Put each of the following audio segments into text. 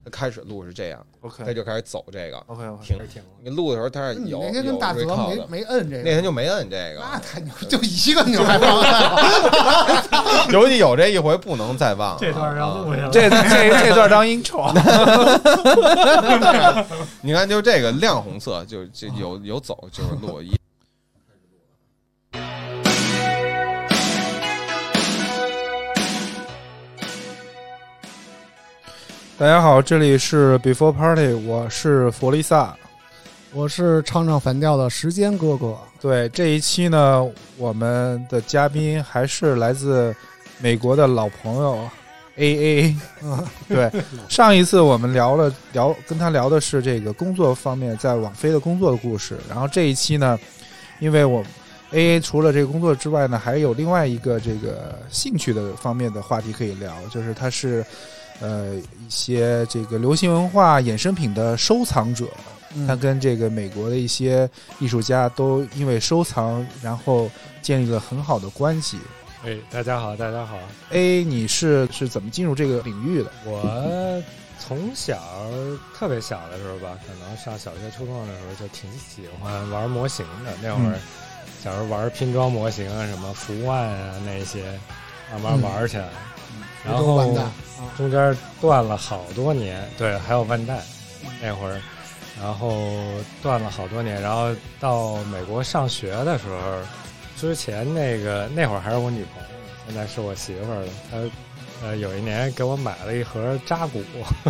他开始录是这样 ，OK， 他就开始走这个 ，OK， 停。你录的时候他是有那天跟大泽没摁这个， 那天就没摁这个， 那太牛，就一个钮还忘了， 尤其有这一回不能再忘了。 这段让录下来， 这段当intro。 你看，就这个亮红色，就有走，就是录一。 大家好，这里是 Before Party， 我是弗利萨， 我是唱反调的时间哥哥。 对，这一期呢，我们的嘉宾还是来自美国的老朋友 AA。对，上一次我们跟他聊的是这个工作方面在网飞的工作的故事，然后这一期呢，因为我 AA 除了这个工作之外呢，还有另外一个这个兴趣的方面的话题可以聊，就是他是一些这个流行文化衍生品的收藏者，他跟这个美国的一些艺术家都因为收藏，然后建立了很好的关系。 大家好，大家好。 你是怎么进入这个领域的？ 我从小特别小的时候吧，可能上小学、初中的时候就挺喜欢玩模型的。那会儿小时候玩拼装模型啊，什么福万啊那些，慢慢玩起来。然后中间断了好多年，对，还有万代那会儿，然后断了好多年，然后到美国上学的时候，之前那会儿还是我女朋友，现在是我媳妇儿了。她有一年给我买了一盒扎古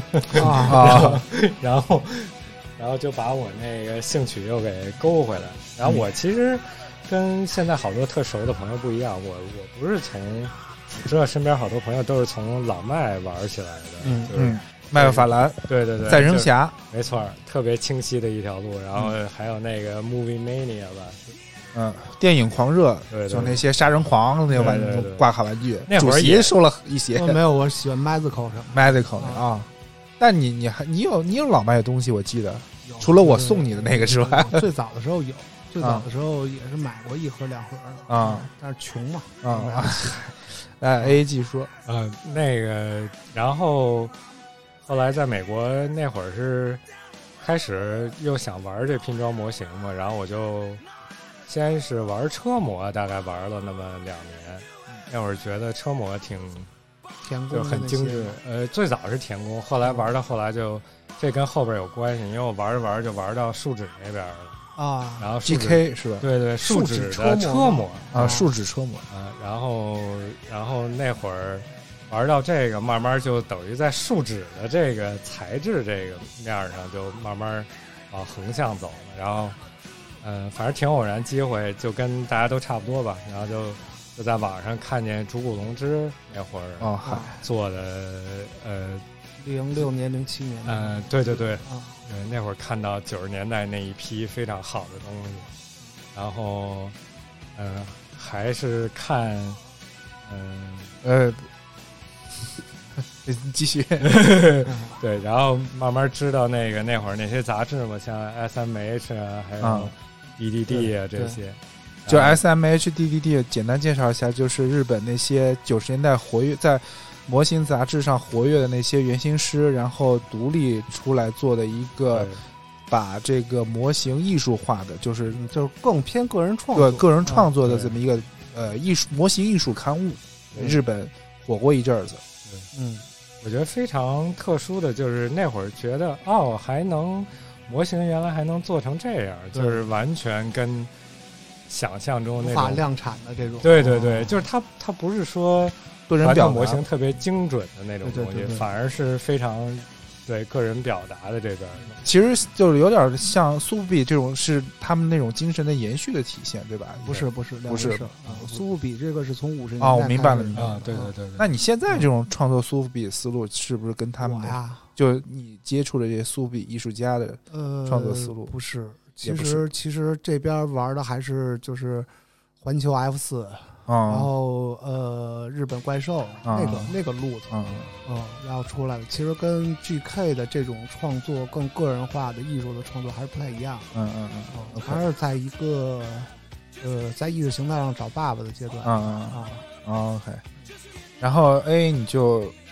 然后就把我那个兴趣又给勾回来。然后我其实跟现在好多特熟的朋友不一样，我不是从知道身边好多朋友都是从老麦玩起来的，就是麦克法兰， 对， 再生侠， 没错，特别清晰的一条路。然后还有那个 Movie Mania 吧， 电影狂热， 对， 就那些杀人狂那个挂卡玩具， 那会儿也收了一些。 没有，我喜欢 Magical 啊。但你有老麦的东西，我记得，除了我送你的那个之外， 最早的时候有，最早的时候也是买过一盒两盒的啊，但是穷嘛啊。 A 继说那个，然后后来在美国那会儿是开始又想玩这拼装模型嘛，然后我就先是玩车模，大概玩了那么2年。那会儿觉得车模就很精致，最早是田宫，后来玩到后来就这跟后边有关系，因为我玩着玩着就玩到树脂那边了。然后 GK 是吧？ 对，树脂的车模啊，树脂车模啊，然后那会儿玩到这个，慢慢就等于在树脂的这个材质这个面上就慢慢往横向走了。然后反正挺偶然机会，就跟大家都差不多吧。然后就在网上看见竹谷隆之那会儿做的 06年07年对。那会儿看到90年代那一批非常好的东西，然后还是看继续对，然后慢慢知道那会儿那些杂志嘛，像 SMH 啊，还有 DDD 啊这些。 就 SMH、DDD 简单介绍一下，就是日本那些90年代活跃在模型杂志上活跃的那些原型师，然后独立出来做的一个把这个模型艺术化的，就是更偏个人创作， 个人创作的这么一个模型艺术刊物。日本火过一阵子。 我觉得非常特殊的就是那会儿觉得还能模型原来还能做成这样，就是完全跟想象中那种无法量产的这种。 对，就是它不是说个人表达模型特别精准的那种东西，反而是非常对个人表达的这边。 其实就是有点像苏富比这种，是他们那种精神的延续的体现，对吧？ 不是苏富比这个是从50年代我明白了对。 那你现在这种创作苏富比思路，是不是跟他们就你接触的这些苏富比艺术家的创作思路？ 不是，其实这边玩的还是就是环球 F4。然后日本怪兽那个路子然后出来的，其实跟 GK 的这种创作更个人化的艺术的创作还是不太一样。还是在一个在意识形态上找爸爸的阶段。 OK。然后你就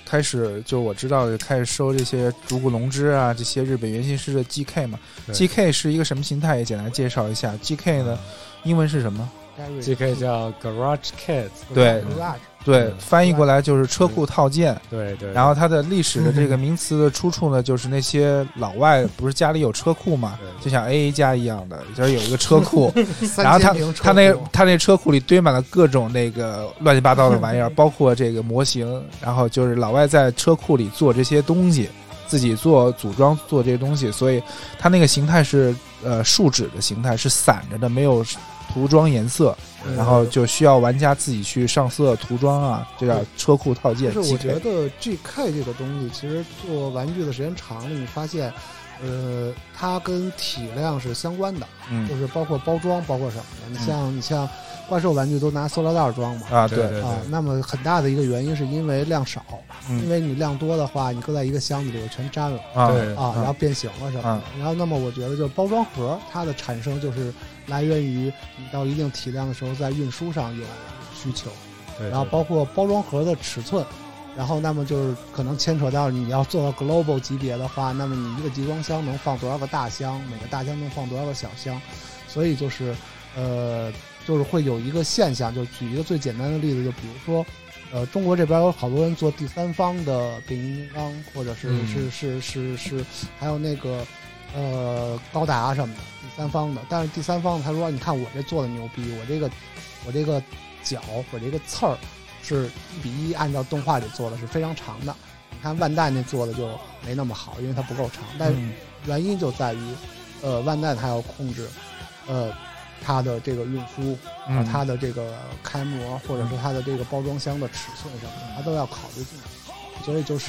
开始就我知道开始收这些竹谷龙之啊，这些日本原型师的 GK 嘛。GK 是一个什么形态？也简单介绍一下。GK 呢，英文是什么 ？GK 叫 Garage Kit， 对，翻译过来就是车库套件。 对。 然后它的历史的这个名词的出处呢，就是那些老外不是家里有车库嘛，就像 AA 家一样的，就是有一个车库，然后他那车库里堆满了各种那个乱七八糟的玩意儿，包括这个模型。然后就是老外在车库里做这些东西，自己做组装做这些东西，所以它那个形态是树脂的形态，是散着的，没有涂装颜色，然后就需要玩家自己去上色涂装啊，这叫车库套件。 但是我觉得 GK 这个东西，其实做玩具的时间长了，你发现，它跟体量是相关的，就是包括包装，包括什么的。你像怪兽玩具都拿塑料袋装嘛， 啊，对啊，那么很大的一个原因是因为量少，因为你量多的话，你搁在一个箱子里全粘了然后变形了什么的。然后那么我觉得就是包装盒它的产生就是来源于你到一定体量的时候，在运输上有需求，然后包括包装盒的尺寸，然后那么就是可能牵扯到你要做到 global 级别的话，那么你一个集装箱能放多少个大箱，每个大箱能放多少个小箱，所以就是就是会有一个现象，就举一个最简单的例子，就比如说中国这边有好多人做第三方的变形金刚，或者是还有那个高达什么的第三方的，但是第三方他说你看我这做的牛逼，我这个脚我这个刺儿是1:1按照动画里做的是非常长的，你看万代那做的就没那么好，因为它不够长，但原因就在于万代它要控制它的这个运输，它的这个开模，或者说它的这个包装箱的尺寸什么的，它都要考虑进去。所以就是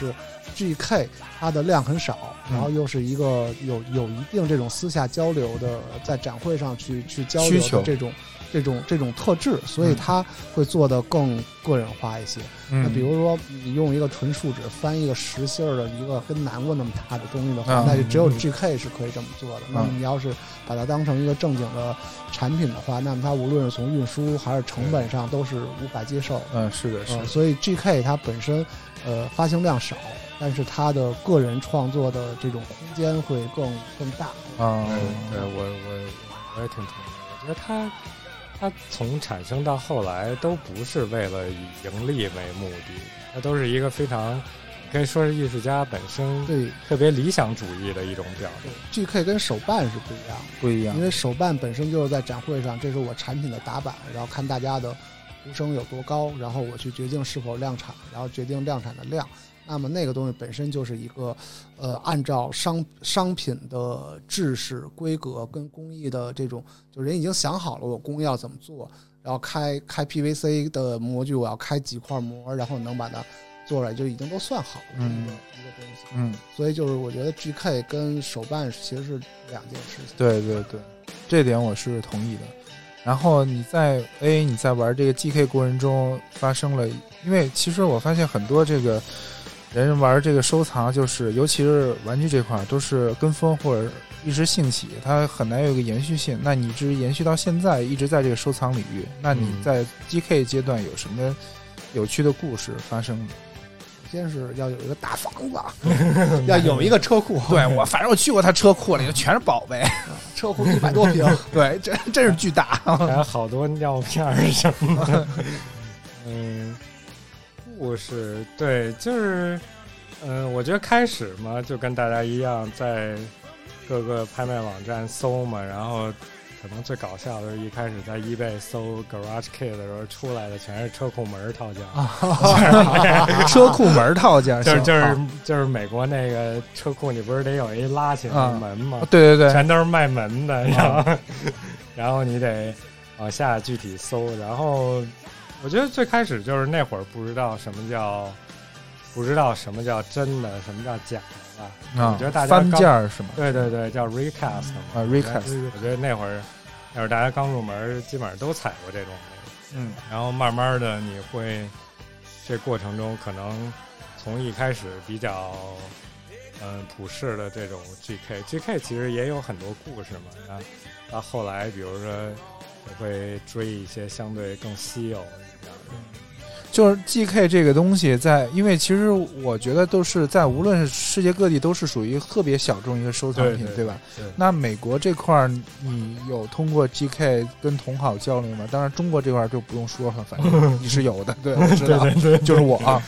GK 它的量很少，然后又是一个有一定这种私下交流的，在展会上去交流的这种特质，所以它会做得更个人化一些。那比如说你用一个纯树脂翻一个实心的一个跟南瓜那么大的东西的话，那就只有 GK 是可以这么做的。那么你要是把它当成一个正经的产品的话，那么它无论是从运输还是成本上都是无法接受。 是的。 所以 GK 它本身发行量少，但是它的个人创作的这种空间会更大。 对，我也挺同意。我觉得它从产生到后来都不是为了以盈利为目的，它都是一个非常可以说是艺术家本身对特别理想主义的一种表现。GK 跟手办是不一样， 因为手办本身就是在展会上，这是我产品的打板，然后看大家的呼声有多高，然后我去决定是否量产，然后决定量产的量。那么那个东西本身就是一个按照商品的制式规格跟工艺的这种，就人已经想好了我工艺要怎么做，然后开 PVC 的模具我要开几块膜，然后能把它做出来，就已经都算好了一个东西。所以就是我觉得 GK 跟手办其实是两件事情。 对，这点我是同意的。然后你在玩这个 GK 过程中发生了，因为其实我发现很多这个人玩这个收藏，就是尤其是玩具这块都是跟风或者一时兴起，它很难有一个延续性。那你一直延续到现在，一直在这个收藏领域，那你在 GK 阶段有什么有趣的故事发生的？ 先是要有一个大房子，要有一个车库。 对，反正我去过他车库里头，全是宝贝， 车库100多平， 对，真是巨大， 还有好多尿片什么的。故事对，就是我觉得开始嘛，就跟大家一样，在各个拍卖网站搜嘛，然后可能最搞笑的是一开始在 eBay 搜 Garage Kit 的时候出来的全是车库门套件， 车库门套件， 就是美国那个车库，你不是得有一拉起来的门吗？ 对， 全都是卖门的，然后你得往下具体搜，然后我觉得最开始就是那会儿不知道什么叫真的，什么叫假的吧。我觉得大家翻件是吗？ 对，叫 recast 嘛。 recast。 我觉得那会儿大家刚入门，基本上都踩过这种东西。然后慢慢的你会这过程中可能从一开始比较普世的这种 GK 其实也有很多故事嘛。然后到后来比如说我会追一些相对更稀有的。 就是 GK 这个东西因为其实我觉得都是在无论是世界各地都是属于特别小众一个收藏品， 对吧？ 对。 那美国这块你有通过 GK 跟同好交流吗？当然中国这块就不用说了，反正你是有的，对，我知道， 对， 就是我啊。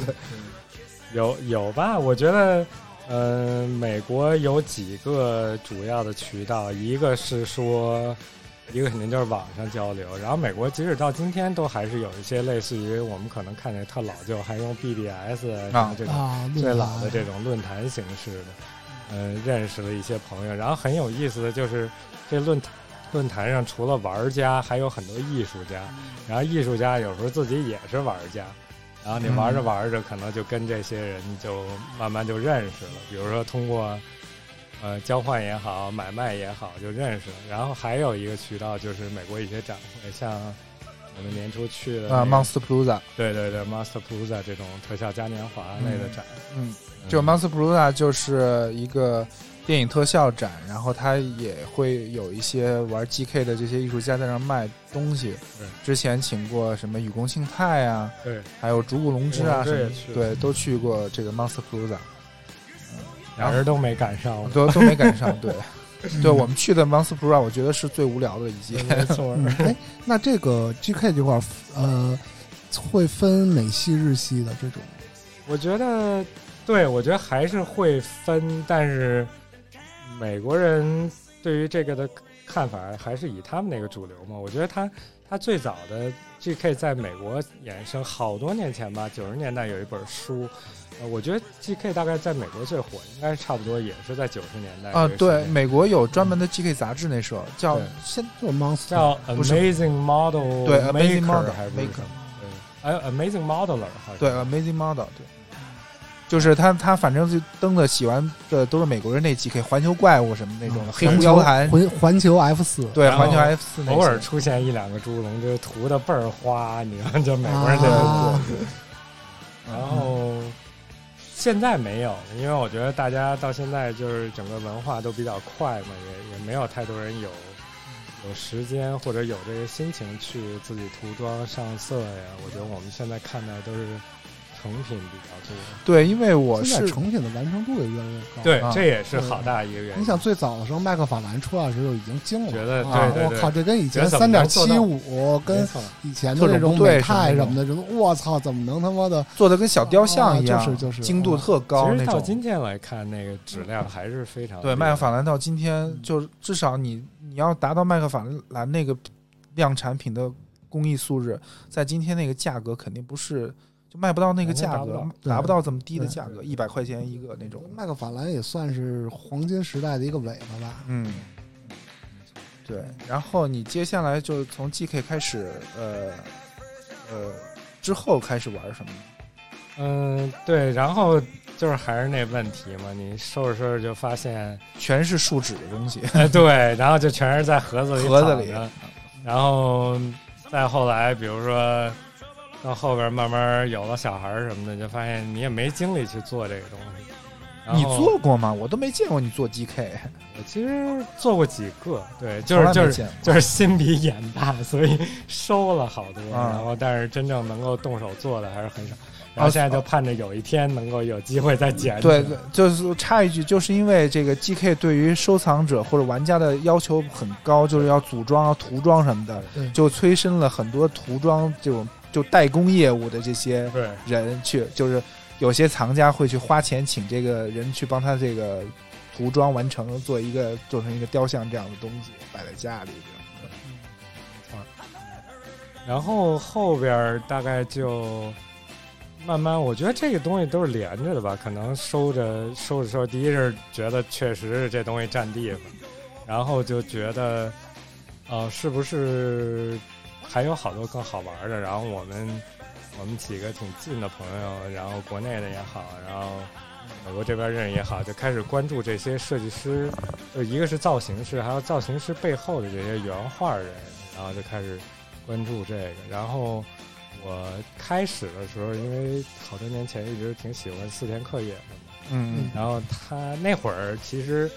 有吧？我觉得美国有几个主要的渠道，一个是说。一个肯定就是网上交流，然后美国即使到今天都还是有一些类似于我们可能看见特老旧还用 BBS 什么这种最老的这种论坛形式的，认识了一些朋友。然后很有意思的就是这论坛上除了玩家还有很多艺术家，然后艺术家有时候自己也是玩家，然后你玩着玩着可能就跟这些人就慢慢就认识了，比如说通过交换也好，买卖也好，就认识了。然后还有一个渠道就是美国一些展会，像我们年初去的 Monster Plaza， 对 Monster Plaza 这种特效嘉年华类的展， 就 Monster Plaza 就是一个电影特效展，然后它也会有一些玩 GK 的这些艺术家在那卖东西。之前请过什么雨宫庆太啊， 对， 还有竹谷隆之啊，什么对，都去过这个 Monster Plaza。 俩人都没赶上， 都没赶上，对，对，我们去的 Monster Plaza 我觉得是最无聊的一届， 没错。 那这个 GK 这块会分美系、日系的这种？ 我觉得还是会分，但是美国人对于这个的看法还是以他们那个主流嘛。我觉得他最早的 GK 在美国衍生好多年前吧，90年代有一本书。我觉得 GK 大概在美国最火，应该差不多也是在90年代啊。 对，美国有专门的 GK 杂志，那时候叫叫 Amazing Model， 对 Amazing Model 还是 Maker， 还有 Amazing Modeler， 对 Amazing Model， 对，就是他反正就登的喜欢的都是美国人那 GK， 环球怪物什么那种的，黑狐妖坛， 环球 F4， 对，环球 F4， 偶尔出现一两个猪笼，就涂的倍儿花，你看就美国人这个。然后。现在没有，因为我觉得大家到现在就是整个文化都比较快嘛，也没有太多人有时间或者有这个心情去自己涂装上色呀。我觉得我们现在看待都是成品比较多。 对，因为我是成品的完成度也越来越高。 对，这也是好大一个原因。 你想最早的时候，麦克法兰出来的时候已经惊了， 觉得对，我靠，这跟以前 3.75 跟以前的这种美泰什么的，我操，怎么能他妈的做的跟小雕像一样， 就是精度特高那种。 其实到今天来看，那个质量还是非常对。麦克法兰到今天，就至少你要达到麦克法兰那个量产品的工艺素质，在今天那个价格肯定不是。就卖不到那个价格，达不到这么低的价格，100块钱一个那种。 麦克法兰也算是黄金时代的一个尾巴吧。 对。然后你接下来就从 GK 开始，之后开始玩什么？ 对，然后就是还是那问题嘛，你收拾收拾就发现全是树脂的东西。 对，然后就全是在盒子里，然后再后来，比如说。到后边慢慢有了小孩什么的，就发现你也没精力去做这个东西。 你做过吗？我都没见过你做 GK。 我其实做过几个，对，就是心比眼大，所以收了好多，然后但是真正能够动手做的还是很少。然后现在就盼着有一天能够有机会再捡。 对，就是插一句，就是因为这个 GK 对于收藏者或者玩家的要求很高，就是要组装啊、涂装什么的，就催生了很多涂装这种。就代工业务的这些人去，就是有些藏家会去花钱请这个人去帮他这个涂装完成，做成一个雕像这样的东西摆在家里。 然后后边大概就慢慢，我觉得这个东西都是连着的吧。可能收着，第一是觉得确实这东西占地方，然后就觉得，是不是？还有好多更好玩的，然后我们几个挺近的朋友，然后国内的也好，然后美国这边认识也好，就开始关注这些设计师，就一个是造型师，还有造型师背后的这些原画人，然后就开始关注这个。然后我开始的时候，因为好多年前一直挺喜欢四田克也的嘛，然后他那会儿其实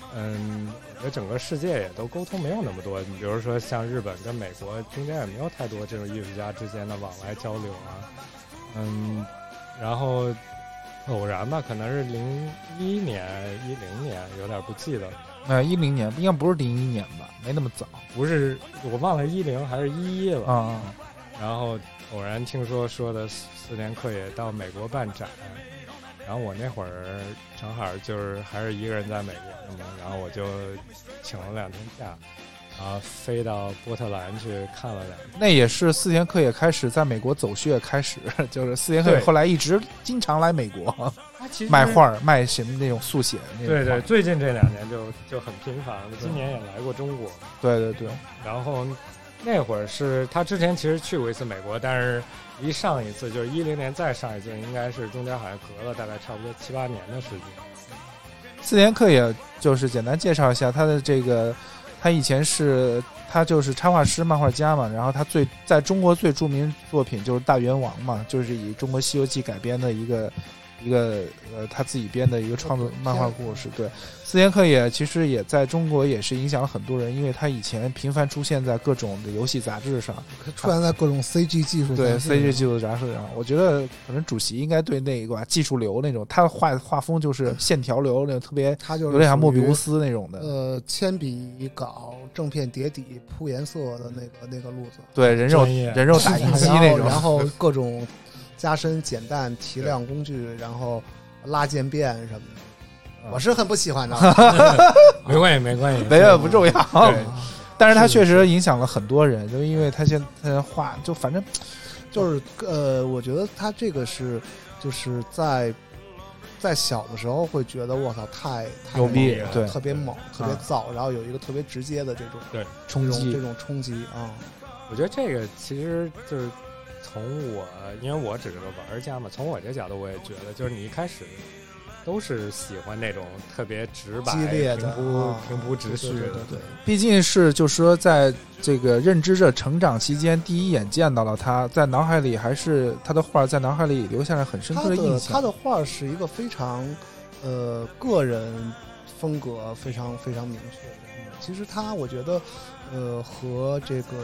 我觉得整个世界也都沟通没有那么多。你比如说像日本跟美国中间也没有太多这种艺术家之间的往来交流啊。然后偶然吧，可能是01年、10年，有点不记得。 10年应该不是01年吧？没那么早， 不是，我忘了10还是11了啊。然后偶然听说的四田克也到美国办展，然后我那会儿正好就是还是一个人在美国的嘛，然后我就请了2天假，然后飞到波特兰去看了2天。 那也是四田克也开始在美国走穴开始，就是四田克也后来一直经常来美国卖画卖什么那种速写那种。 对对，最近这2年就很频繁了，今年也来过中国。 对对对， 然后那会儿是他之前其实去过一次美国，但是离上一次就是10年再上一次，应该是中间好像隔了大概差不多7、8年的时间。 四田克也就是简单介绍一下他的这个，他以前是他就是插画师、漫画家嘛，然后他在中国最著名作品就是《大元王》嘛，就是以中国《西游记》改编的一个他自己编的一个创作漫画故事。对，四田克也其实也在中国也是影响了很多人，因为他以前频繁出现在各种的游戏杂志上， 出现在各种 CG 技术对 CG 技术杂志上。我觉得可能主席应该对那个技术流那种，他画风就是线条流那种特别， 他就是有点像莫比乌斯那种的。 铅笔稿、正片叠底、铺颜色的那个路子。 对，人肉打印机那种， 然后各种加深、减淡、提亮工具，然后拉渐变什么的，我是很不喜欢的。 没关系，没不重要。但是他确实影响了很多人，就因为他现在画，就反正就是我觉得他这个是就是在小的时候会觉得我操太牛逼，对， 特别猛，特别燥，然后有一个特别直接的这种冲击， 这种冲击啊。 我觉得这个其实就是因为我只是个玩家嘛，从我这角度我也觉得，就是你一开始都是喜欢那种特别直白、 激烈的、 平铺直叙的。 对， 毕竟是就是说，在这个认知着成长期间，第一眼见到了他，在脑海里还是他的画在脑海里留下了很深刻的印象。 他的画是一个非常个人风格非常非常明确的。其实他我觉得和这个。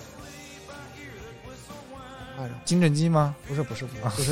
金正基吗？ 不是，就是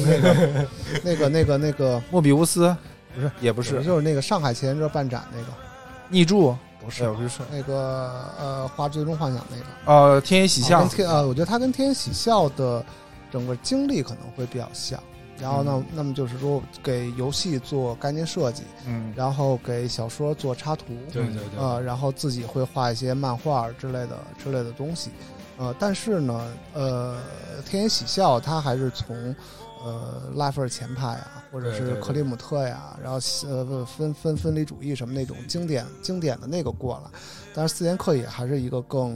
那个莫比乌斯， 不是， 也不是， 就是那个上海前一阵办展那个逆柱， 不是那个画最终幻想那个天野喜孝。 我觉得他跟天野喜孝的整个经历可能会比较像。然后呢，那么就是说给游戏做概念设计，然后给小说做插图， 对， 然后自己会画一些漫画之类的东西。但是呢，天野喜孝他还是从拉斐尔前派啊，或者是克里姆特呀，然后分离主义什么那种经典的那个过来。但是四田克也还是一个更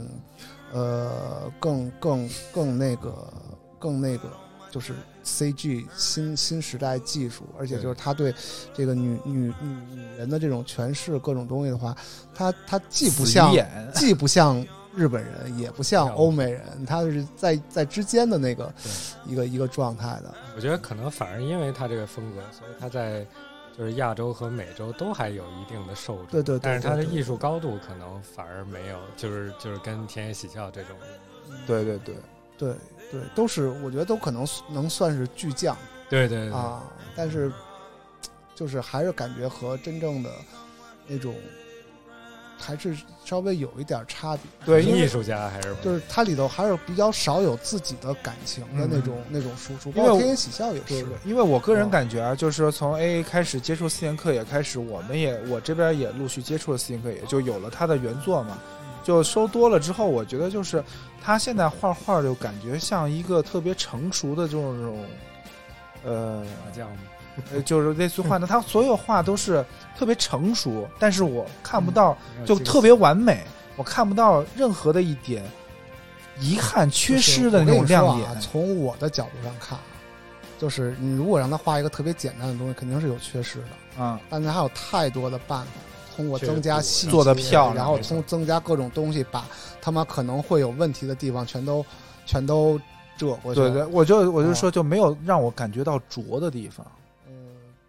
那个就是 CG 新时代技术，而且就是他对这个女人的这种诠释各种东西的话，他既不像日本人，也不像欧美人，他是在之间的那个一个状态的。 我觉得可能反而因为他这个风格，所以他在就是亚洲和美洲都还有一定的受众。 对， 但是他的艺术高度可能反而没有，就是跟天野喜孝这种。 对，都是我觉得都可能能算是巨匠。 对啊，但是就是还是感觉和真正的那种。还是稍微有一点差别， 对， 艺术家还是就是它里头还是比较少有自己的感情的那种输出，包括天野喜孝也是。 因为我个人感觉啊，就是说从 AA 开始接触四田克也开始，我这边也陆续接触了四田克也，就有了他的原作嘛，就收多了之后，我觉得就是他现在画画就感觉像一个特别成熟的这种这样吗？ 就是类似画的，他所有画都是特别成熟，但是我看不到，就特别完美，我看不到任何的一点遗憾、缺失的那种亮眼。 从我的角度上看，就是你如果让他画一个特别简单的东西，肯定是有缺失的。但是还有太多的办法，通过增加细节做得漂亮， 然后增加各种东西，把他们可能会有问题的地方全都遮过去。 对，我就说就没有让我感觉到拙的地方。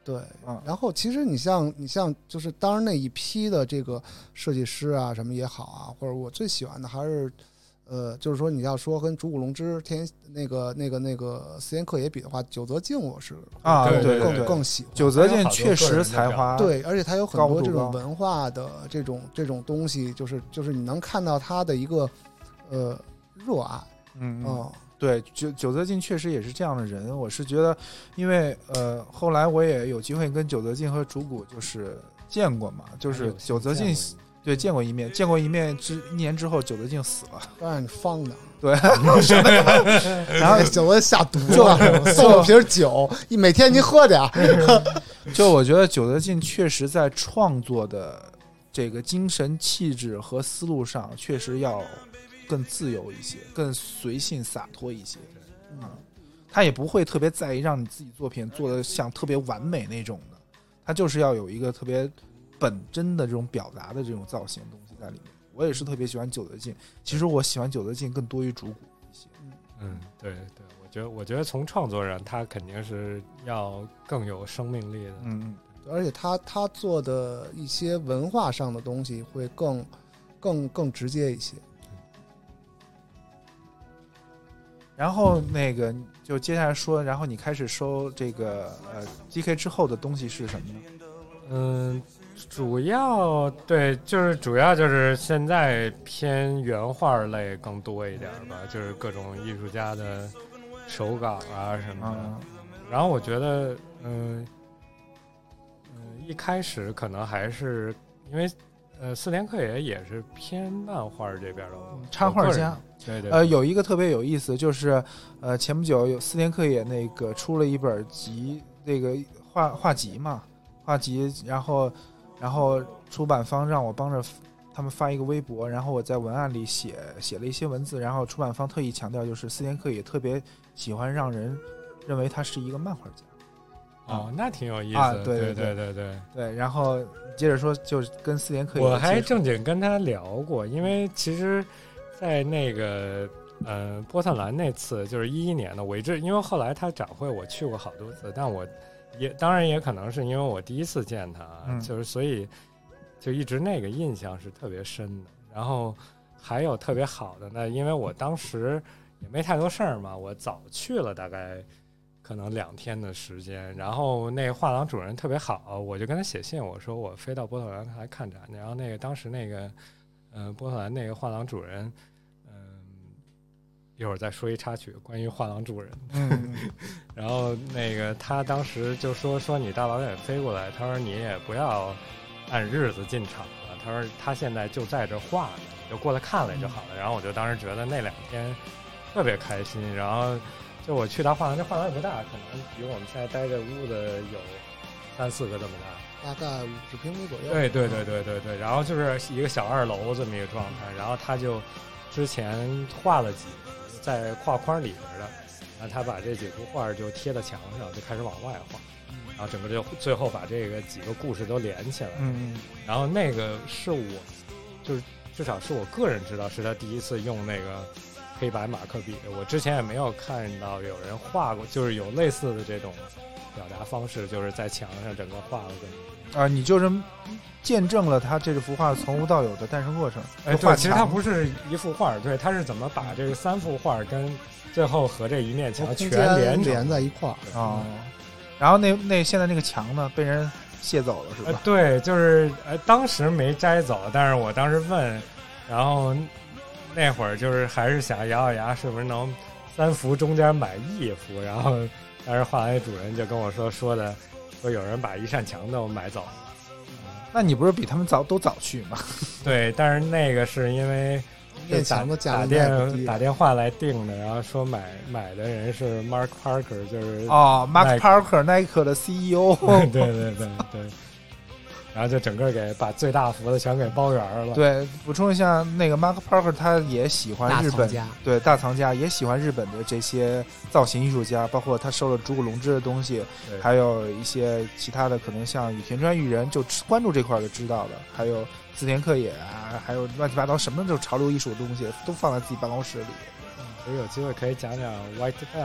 对，然后其实你像就是当然那一批的这个设计师啊什么也好啊，或者我最喜欢的还是就是说你要说跟竹谷隆之那个寺田克也比的话，九泽静我是更喜欢。 九泽静确实才华， 对，而且他有很多这种文化的这种东西，就是你能看到他的一个热爱。 对，九泽静确实也是这样的人。我是觉得，因为后来我也有机会跟九泽静和竹谷就是见过嘛，就是九泽静。对，见过一面1年之后，九泽静死了， 让你放的。 对， 然后九泽下毒了，送了瓶酒，每天您喝点。 就我觉得九泽静确实在创作的这个精神气质和思路上，确实要更自由一些，更随性洒脱一些。他也不会特别在意让你自己作品做的像特别完美那种的，他就是要有一个特别本真的这种表达的这种造型的东西在里面。我也是特别喜欢九泽静，其实我喜欢九泽静更多于竹谷一些。 对，我觉得从创作上，他肯定是要更有生命力的。 而且他做的一些文化上的东西会更直接一些。 然后那个就接下来说，然后你开始收这个GK 之后的东西是什么呢？主要就是现在偏原画类更多一点吧，就是各种艺术家的手稿啊什么的。然后我觉得一开始可能还是因为寺田克也是偏漫画这边的插画家。 对， 有一个特别有意思，就是前不久有寺田克也那个出了一本集，那个画集嘛，画集，然后出版方让我帮着他们发一个微博，然后我在文案里写了一些文字，然后出版方特意强调，就是寺田克也特别喜欢让人认为他是一个漫画家。 那挺有意思。 对，然后接着说，就是跟寺田克也我还正经跟他聊过，因为其实在那个波特兰那次就是2011年的为止，因为后来他展会我去过好多次，但我当然也可能是因为我第一次见他，就是所以就一直那个印象是特别深的。然后还有特别好的呢，因为我当时也没太多事儿嘛，我早去了大概可能2天的时间，然后那个画廊主任特别好，我就跟他写信，我说我飞到波特兰来看展，然后那个当时那个波特兰那个画廊主任，一会儿再说一插曲关于画廊主人。然后那个他当时就说你大老远飞过来，他说你也不要按日子进场了，他说他现在就在这画呢，你就过来看来就好了。然后我就当时觉得那2天特别开心，然后就我去他画廊，这画廊也不大，可能比我们现在待这屋子有3-4个这么大， 大概50平米左右。 对，然后就是一个小2楼这么一个状态。然后他就之前画了几幅在画框里边的，然后他把这几幅画就贴在墙上，就开始往外画，然后整个就最后把这个几个故事都连起来。然后那个是我就是至少是我个人知道是他第一次用那个黑白马克笔，我之前也没有看到有人画过，就是有类似的这种表达方式，就是在墙上整个画了这么你就是见证了他这幅画从无到有的诞生过程。 对，其实它不是一幅画，对，它是怎么把这个3幅画跟最后和这一面墙全连在一块儿然后那现在那个墙呢被人卸走了是吧？ 对，就是当时没摘走，但是我当时问，然后那会儿就是还是想咬咬牙是不是能3幅中间买1幅，然后但是画廊主人就跟我说有人把一扇墙都买走了。 那你不是比他们都早去吗？ 对，但是那个是因为打电话来订的，然后说买的人是 Mark Parker， 就是 Mark Parker 耐克的 CEO。 对，然后就整个把最大幅的全给包圆了。 对，补充一下，那个 Mark Parker 他也喜欢日本，对，大藏家也喜欢日本的这些造型艺术家，包括他收了竹谷隆之的东西，还有一些其他的，可能像羽田川裕人就关注这块的知道的，还有寺田克也啊，还有乱七八糟什么就是潮流艺术的东西都放在自己办公室里。 所以有机会可以讲讲 White Bank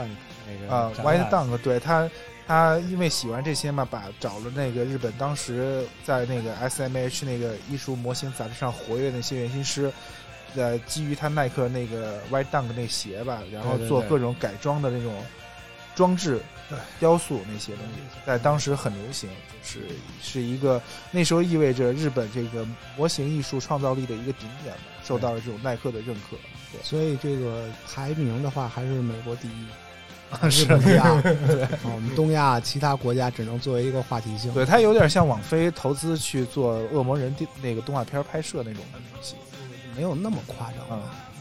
那个 White Dunk， 对他因为喜欢这些嘛，找了那个日本当时在那个 SMH 那个艺术模型杂志上活跃的那些原型师，基于他耐克那个 White Dunk 那鞋吧，然后做各种改装的那种装置、雕塑那些东西，在当时很流行，是一个那时候意味着日本这个模型艺术创造力的一个顶点吧，受到了这种耐克的认可。对， 所以这个排名的话，还是美国第一。 是这样，我们东亚其他国家只能作为一个话题性。 对，它有点像网飞投资去做恶魔人那个动画片拍摄那种的东西， 没有那么夸张。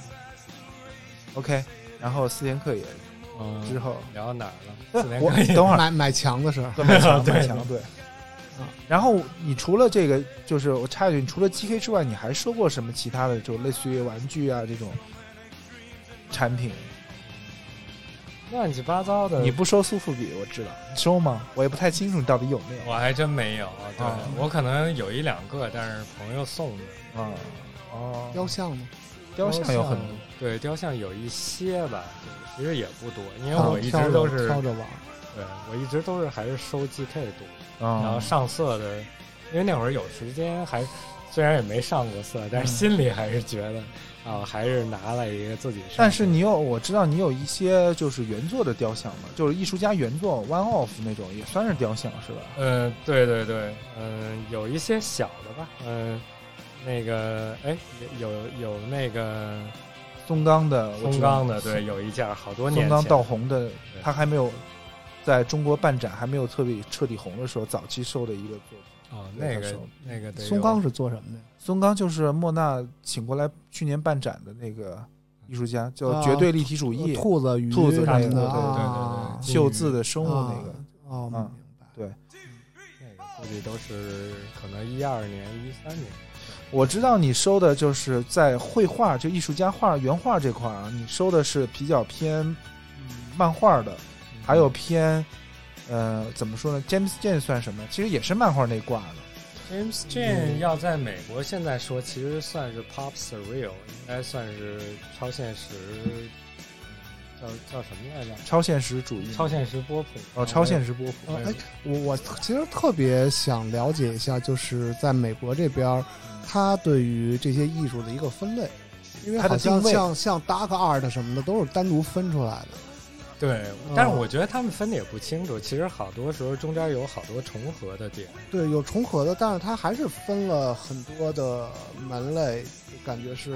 OK， 然后四田克也之后聊到哪儿了？ 我等会儿买墙的事儿， 买墙对。然后你除了这个，就是我插一句，你除了 GK 之外，你还收过什么其他的，就类似于玩具啊这种产品？ 乱七八糟的。 你不收苏富比我知道，你收吗？我也不太清楚你到底有没有。 我还真没有，对，我可能有1-2个，但是朋友送的。 雕像呢？ 雕像有很多， 对，雕像有一些吧，其实也不多，因为我一直都是挑着玩。 对，我一直都是还是收 GK 多，然后上色的，因为那会儿有时间，虽然也没上过色，但是心里还是觉得。还是拿了一个自己。 但是我知道你有一些就是原作的雕像嘛，就是艺术家原作 one off 那种，也算是雕像是吧？ 对对对，有一些小的吧，那个有那个松冈的， 对，有一件好多年前松冈道红的，他还没有在中国办展还没有彻底红的时候，早期收的一个作品。 那个松冈是做什么的？ 松冈就是莫娜请过来去年办展的那个艺术家，叫绝对立体主义， 兔子鱼那个， 对， 绣字的生物那个。 明白。 对， 那个估计都是可能12年、13年。 我知道你收的就是在绘画，就艺术家原画这块啊，你收的是比较偏漫画的，还有偏。怎么说呢 ？James Jane 算什么？其实也是漫画那挂的。 James Jane 要在美国现在说，其实算是 Pop Surreal， 应该算是超现实，叫什么来着？ 超现实主义， 超现实波普。 超现实波普。 我其实特别想了解一下，就是在美国这边，他对于这些艺术的一个分类，因为好像像 Dark Art 什么的都是单独分出来的。 对，但是我觉得他们分的也不清楚，其实好多时候中间有好多重合的点。 对，有重合的，但是它还是分了很多的门类，感觉是，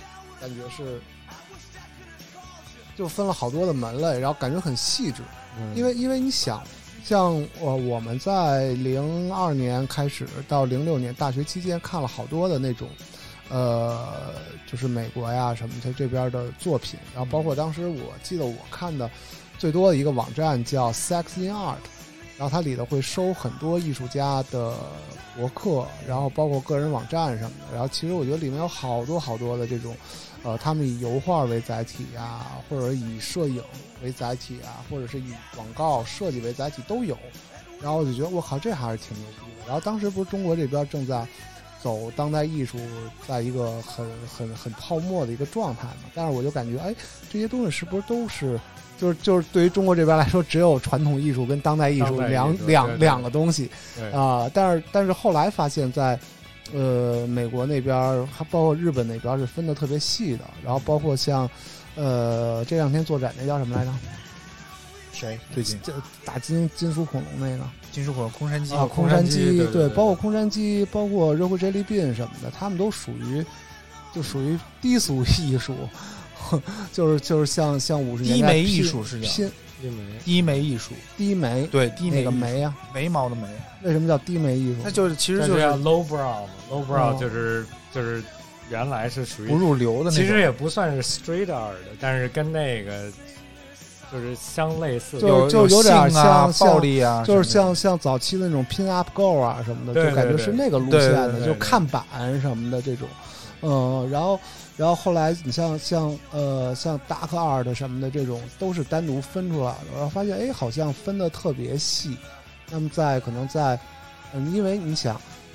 就分了好多的门类，然后感觉很细致。因为你想，像我们在02年开始到06年大学期间看了好多的那种。就是美国呀什么的这边的作品，然后包括当时我记得我看的最多的一个网站叫 Sex in Art， 然后它里头会收很多艺术家的博客，然后包括个人网站什么的，然后其实我觉得里面有好多的这种他们以油画为载体啊，或者以摄影为载体啊，或者是以广告设计为载体都有，然后我就觉得我靠，这还是挺牛逼的。然后当时不是中国这边正在走当代艺术，在一个很泡沫的一个状态嘛，但是我就感觉，这些东西是不是都是，就是对于中国这边来说，只有传统艺术跟当代艺术两个东西啊。但是后来发现，在美国那边，还包括日本那边是分得特别细的，然后包括像这两天做展那叫什么来着？ 谁？最近打金属恐龙那个。 金属恐龙空山鸡空山鸡对，包括空山鸡，包括热乎 Jelly Bean 什么的，他们都属于低俗艺术，就是像50年代低眉艺术是叫低眉艺术， 低眉对低眉那个眉啊， 眉毛的眉。 为什么叫低眉艺术？ 那就是其实就是 low brow 嘛 ，low brow 就是原来是属于不入流的那种， 其实也不算是 street art 的，但是跟那个。就是相类似， 就有点像暴力啊， 就是像早期的那种 pin up girl 啊什么的，就感觉是那个路线的，就看板什么的这种，然后后来你像 dark art 什么的这种都是单独分出来的，然后发现好像分得特别细。那么可能在因为你想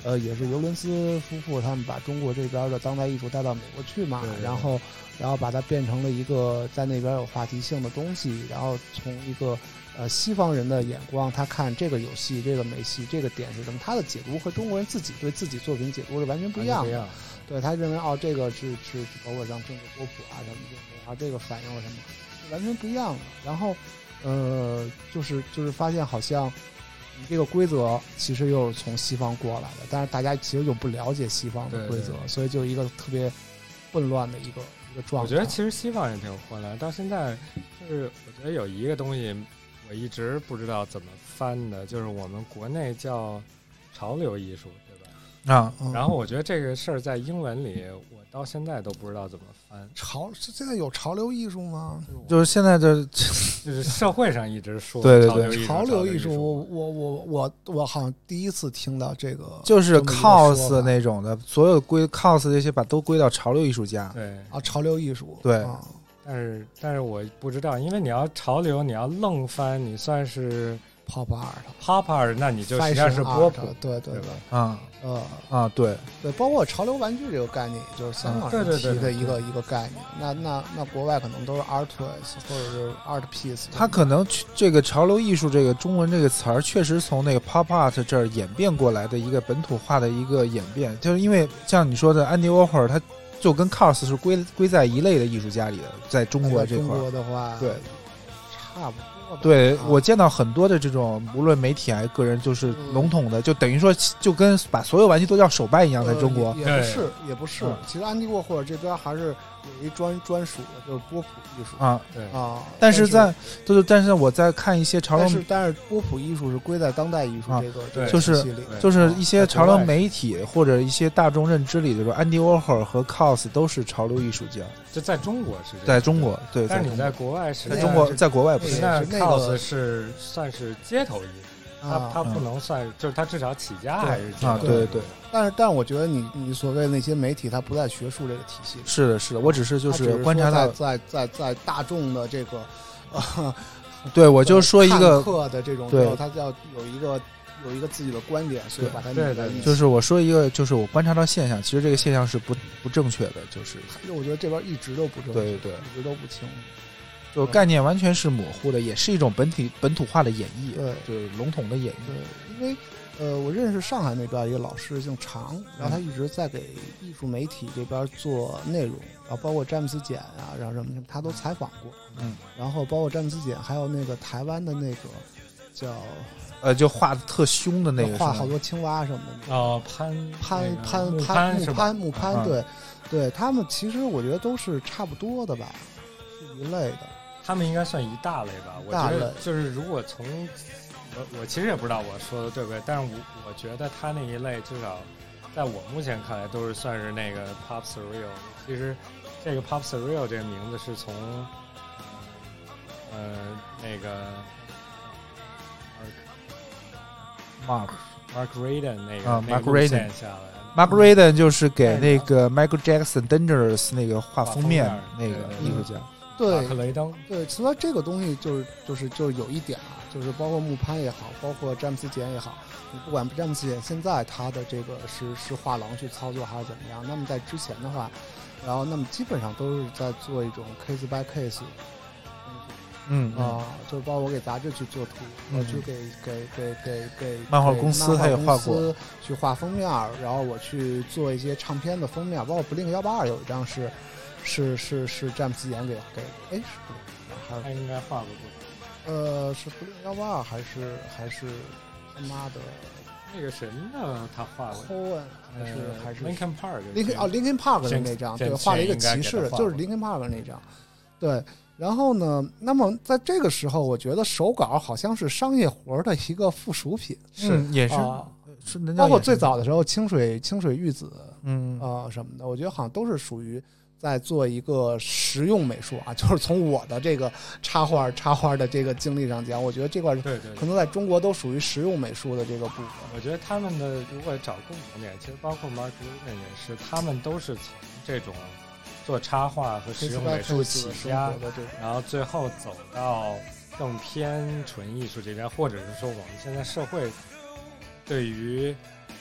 也是尤伦斯夫妇他们把中国这边的当代艺术带到美国去嘛，然后把它变成了一个在那边有话题性的东西，然后从一个西方人的眼光，他看这个有戏，这个没戏，这个点是什么，他的解读和中国人自己对自己作品解读是完全不一样的。对，他认为这个是包括像政治波普啊什么的，这个反映了什么，完全不一样的。然后就是发现好像你这个规则其实又是从西方过来的，但是大家其实又不了解西方的规则，所以就一个特别混乱的一个状态。 我觉得其实西方也挺混乱，到现在就是我觉得有一个东西我一直不知道怎么翻的，就是我们国内叫潮流艺术，对吧？然后我觉得这个事儿在英文里我到现在都不知道怎么翻。 现在有潮流艺术吗？ 就是现在就是社会上一直说对潮流艺术，我好像第一次听到这个， 就是 cos 那种的，所有cos 这些都归到潮流艺术家。 对潮流艺术对。 但是我不知道，因为你要潮流，你要愣翻，你算是 pop art， 那你就实际上是波普， 对对吧？ 对， 包括潮流玩具这个概念，也就是香港人提的一个概念。那国外可能都是 art toys 或者是 art piece。 它可能这个潮流艺术这个中文这个词儿，确实从那个 pop art 这儿演变过来的一个本土化的一个演变，就是因为像你说的安迪沃霍尔，他就跟 cos 是归在一类的艺术家里的，在中国这块， 中国的话， 对， 差不多。 对，我见到很多的这种，无论媒体还是个人，就是笼统的，就等于说，就跟把所有玩具都叫手办一样，在中国也不是。其实安迪沃霍尔这边还是有一专属的，就是波普艺术但是我在看一些潮流， 但是波普艺术是归在当代艺术这个就是一些潮流媒体或者一些大众认知里的说，安迪沃霍尔和 cos 都是潮流艺术家。 就在中国是这样， 在中国对， 但是你在国外是在中国，在国外不是。 那 cos 是算是街头艺术，它不能算，就是它至少起家还是街头对。 但是我觉得你所谓那些媒体，它不在学术这个体系。 是的，我只是就是观察到在大众的这个对，我就说一个课的这种，对，它要有一个自己的观点，所以把它对， 就是我说一个，就是我观察到现象，其实这个现象是不正确的，就是我觉得这边一直都不正确， 对， 一直都不清楚， 就概念完全是模糊的，也是一种本土化的演绎， 对， 就是笼统的演绎。 对，因为我认识上海那边一个老师姓常，然后他一直在给艺术媒体这边做内容，然后包括詹姆斯简啊，然后什么他都采访过，然后包括詹姆斯简，还有那个台湾的那个叫。 就画的特凶的那个， 画好多青蛙什么的。木潘，对，他们其实我觉得都是差不多的吧，是一类的。 他们应该算一大类吧？我觉得就是如果从我其实也不知道我说的对不对，但是我觉得他那一类至少在我目前看来都是算是那个 pop surreal。其实这个 pop surreal 这个名字是从那个。Mark Radin 那个 Mark Radin 下来 ，Mark Radin 就是给那个 Michael Jackson Dangerous 那个画封面那个艺术家， 对， 马克雷登， 对，所以这个东西就是有一点啊，就是包括木潘也好，包括詹姆斯简也好，你不管詹姆斯简现在他的这个是画廊去操作还是怎么样，那么在之前的话，然后那么基本上都是在做一种 case by case。就是包括我给杂志去做图，我去给漫画公司他也画过， 去画封面，然后我去做一些唱片的封面，包括 Blink-182有一张是詹姆斯简给是他应该画过是 Blink-182还是他妈的那个谁呢？他画过 Cohen 还是 Linkin Park Linkin Park 的那张，对，画了一个骑士，就是 Linkin Park 那张，对。然后呢？那么在这个时候，我觉得手稿好像是商业活的一个附属品， 也是， 包括最早的时候，清水玉子，什么的，我觉得好像都是属于在做一个实用美术啊。就是从我的这个插画的这个经历上讲，我觉得这块对可能在中国都属于实用美术的这个部分。 我觉得他们的如果找共同点，其实包括 Mark Radin 也是，他们都是从这种。做插画和实用美术起家，然后最后走到更偏纯艺术这边，或者是说我们现在社会对于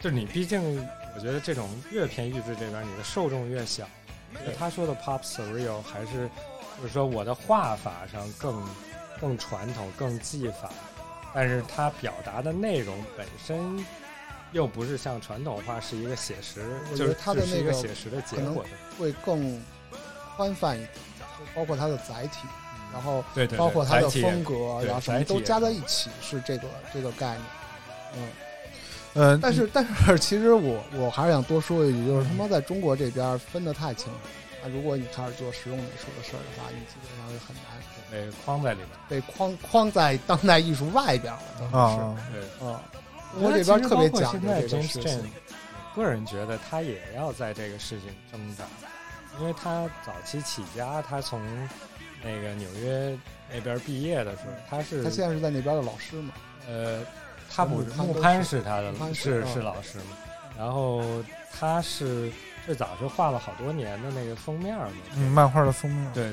就你毕竟我觉得这种越偏益智这边，你的受众越小。他说的 pop surreal 还是就是说我的画法上更传统更技法，但是它表达的内容本身又不是像传统画是一个写实，就是它的那个写实的结果的， 会更宽泛一点，包括它的载体，然后对包括它的风格，然后什么都加在一起是这个概念。但是其实我还是想多说一句，就是他妈在中国这边分得太清楚。如果你开始做实用美术的事儿的话，你基本上是很难被框在里面， 被框在当代艺术外边了。啊，对啊，我这边特别讲究这个事情。 个人觉得他也要在这个事情挣扎，因为他早期起家，他从那个纽约那边毕业的时候，他现在是在那边的老师嘛？ 他不是木潘是他的是老师嘛？然后他是最早是画了好多年的那个封面嘛， 漫画的封面。 对。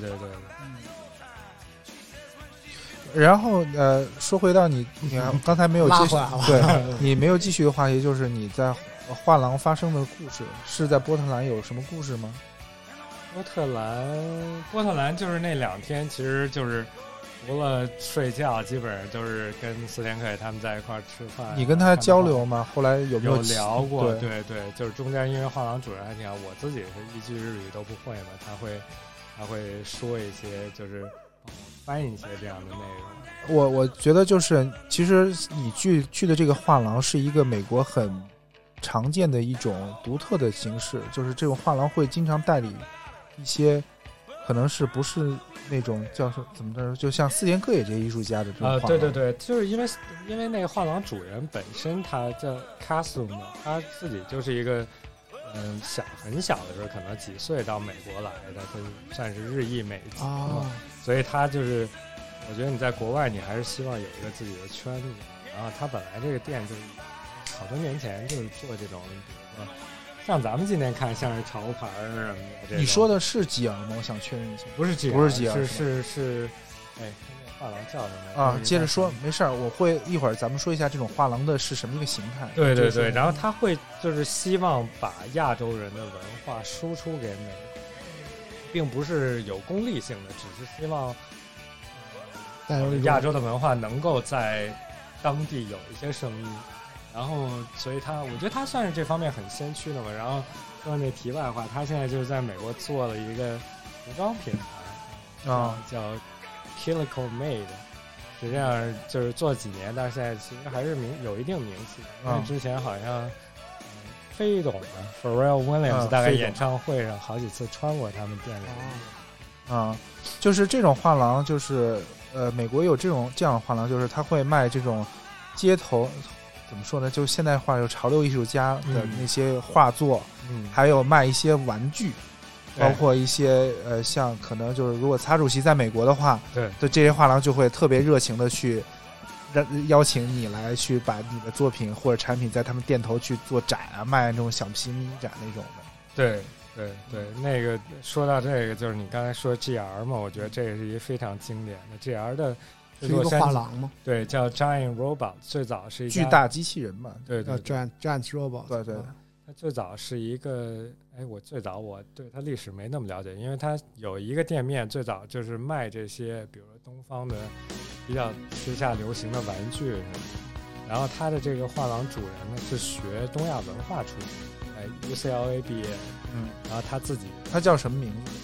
然后说回到你刚才没有继续，对你没有继续的话题，就是你在画廊发生的故事，是在波特兰有什么故事吗？ 波特兰就是那2天，其实就是除了睡觉，基本上都是跟四田克他们在一块吃饭。 你跟他交流吗？后来有没有聊过？对，就是中间因为画廊主任还挺好，我自己是一句日语都不会嘛，他会说一些，就是翻译一些这样的内容。 我觉得就是其实你去的这个画廊是一个美国很常见的一种独特的形式，就是这种画廊会经常代理一些可能是不是那种叫怎么着，就像四田克也这些艺术家的这种画廊。 对，就是因为那个画廊主人本身他叫 Kasu 嘛，他自己就是一个很小的时候，可能几岁到美国来的，他算是日裔美籍所以他就是我觉得你在国外你还是希望有一个自己的圈子，然后他本来这个店就是好多年前就是做这种，比如说像咱们今天看像是潮牌什么的。 你说的是吉尔吗？我想确认一下。 不是吉尔，是画廊叫什么啊？接着说，没事儿，我会一会儿咱们说一下这种画廊的是什么一个形态。 对，然后他会就是希望把亚洲人的文化输出给美国，并不是有功利性的，只是希望亚洲的文化能够在当地有一些声音。然后所以我觉得他算是这方面很先驱的嘛。然后说那题外话，他现在就是在美国做了一个服装品牌叫 Kilico Made， 实际上就是做几年，但是现在其实还是有一定名气。因为之前好像飞董的 Pharrell Williams 大概演唱会上好几次穿过他们店里就是这种画廊，就是美国有这样的画廊，就是他会卖这种街头怎么说呢，就现代化有潮流艺术家的那些画作，还有卖一些玩具，包括一些像可能就是如果查主席在美国的话，对这些画廊就会特别热情的去邀请你来去把你的作品或者产品在他们店头去做展啊，卖那种小皮迷展那种的。 对，那个说到这个，就是你刚才说 GR 嘛，我觉得这个是一个非常经典的 GR 的。 是一个画廊吗？ 对，叫 Giant Robot， 最早是一巨大机器人嘛。 对 ，Giant Robot。 对， 它最早是一个，我对它历史没那么了解，因为它有一个店面，最早就是卖这些，比如说东方的比较时下流行的玩具什么的。然后他的这个画廊主人呢是学东亚文化出身，UCLA 毕业，然后他叫什么名字？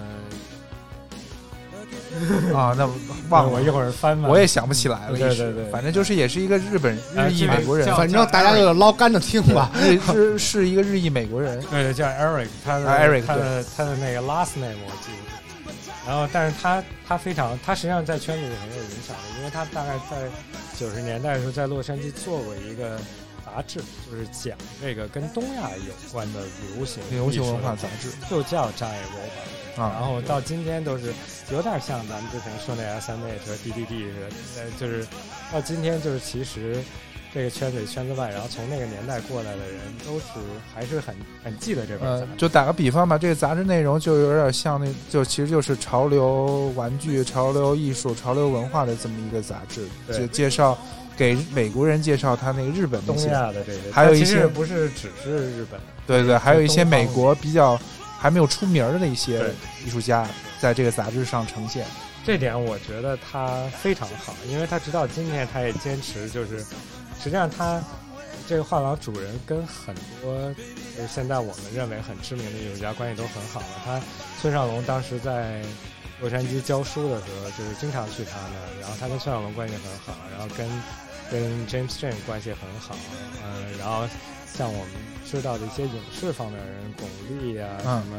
那忘了， 我一会儿翻吧， 我也想不起来了。 对， 反正就是也是一一个日裔美国人， 反正大家就捞干着听吧。 是一个日裔美国人， 对，叫 Eric， 他的那个 last name 我记不住。然后，但是他实际上在圈子里很有影响的，因为他大概在90年代的时候在洛杉矶做过一个杂志，就是讲这个跟东亚有关的流行文化杂志， 就叫 Giant Robot。然后到今天都是有点像咱们之前说那 SMH 和 DDD 似的，就是到今天就是其实这个圈子里圈子外，然后从那个年代过来的人都是还是很记得这本杂志。 就打个比方吧，这个杂志内容就有点像其实就是潮流玩具、潮流艺术、潮流文化的这么一个杂志，介绍给美国人介绍他那个日本东亚的这些， 还有一些其实不是只是日本的， 对对，还有一些美国比较还没有出名的一些艺术家在这个杂志上呈现。 这点我觉得他非常好，因为他直到今天他也坚持，就是实际上他这个画廊主人跟很多就是现在我们认为很知名的艺术家关系都很好了。他孙少龙当时在洛杉矶教书的时候，就是经常去他那儿，然后他跟孙少龙关系很好，然后跟 James Jan 关系很好，然后像我们知道的一些影视方面的人，巩俐啊，什么，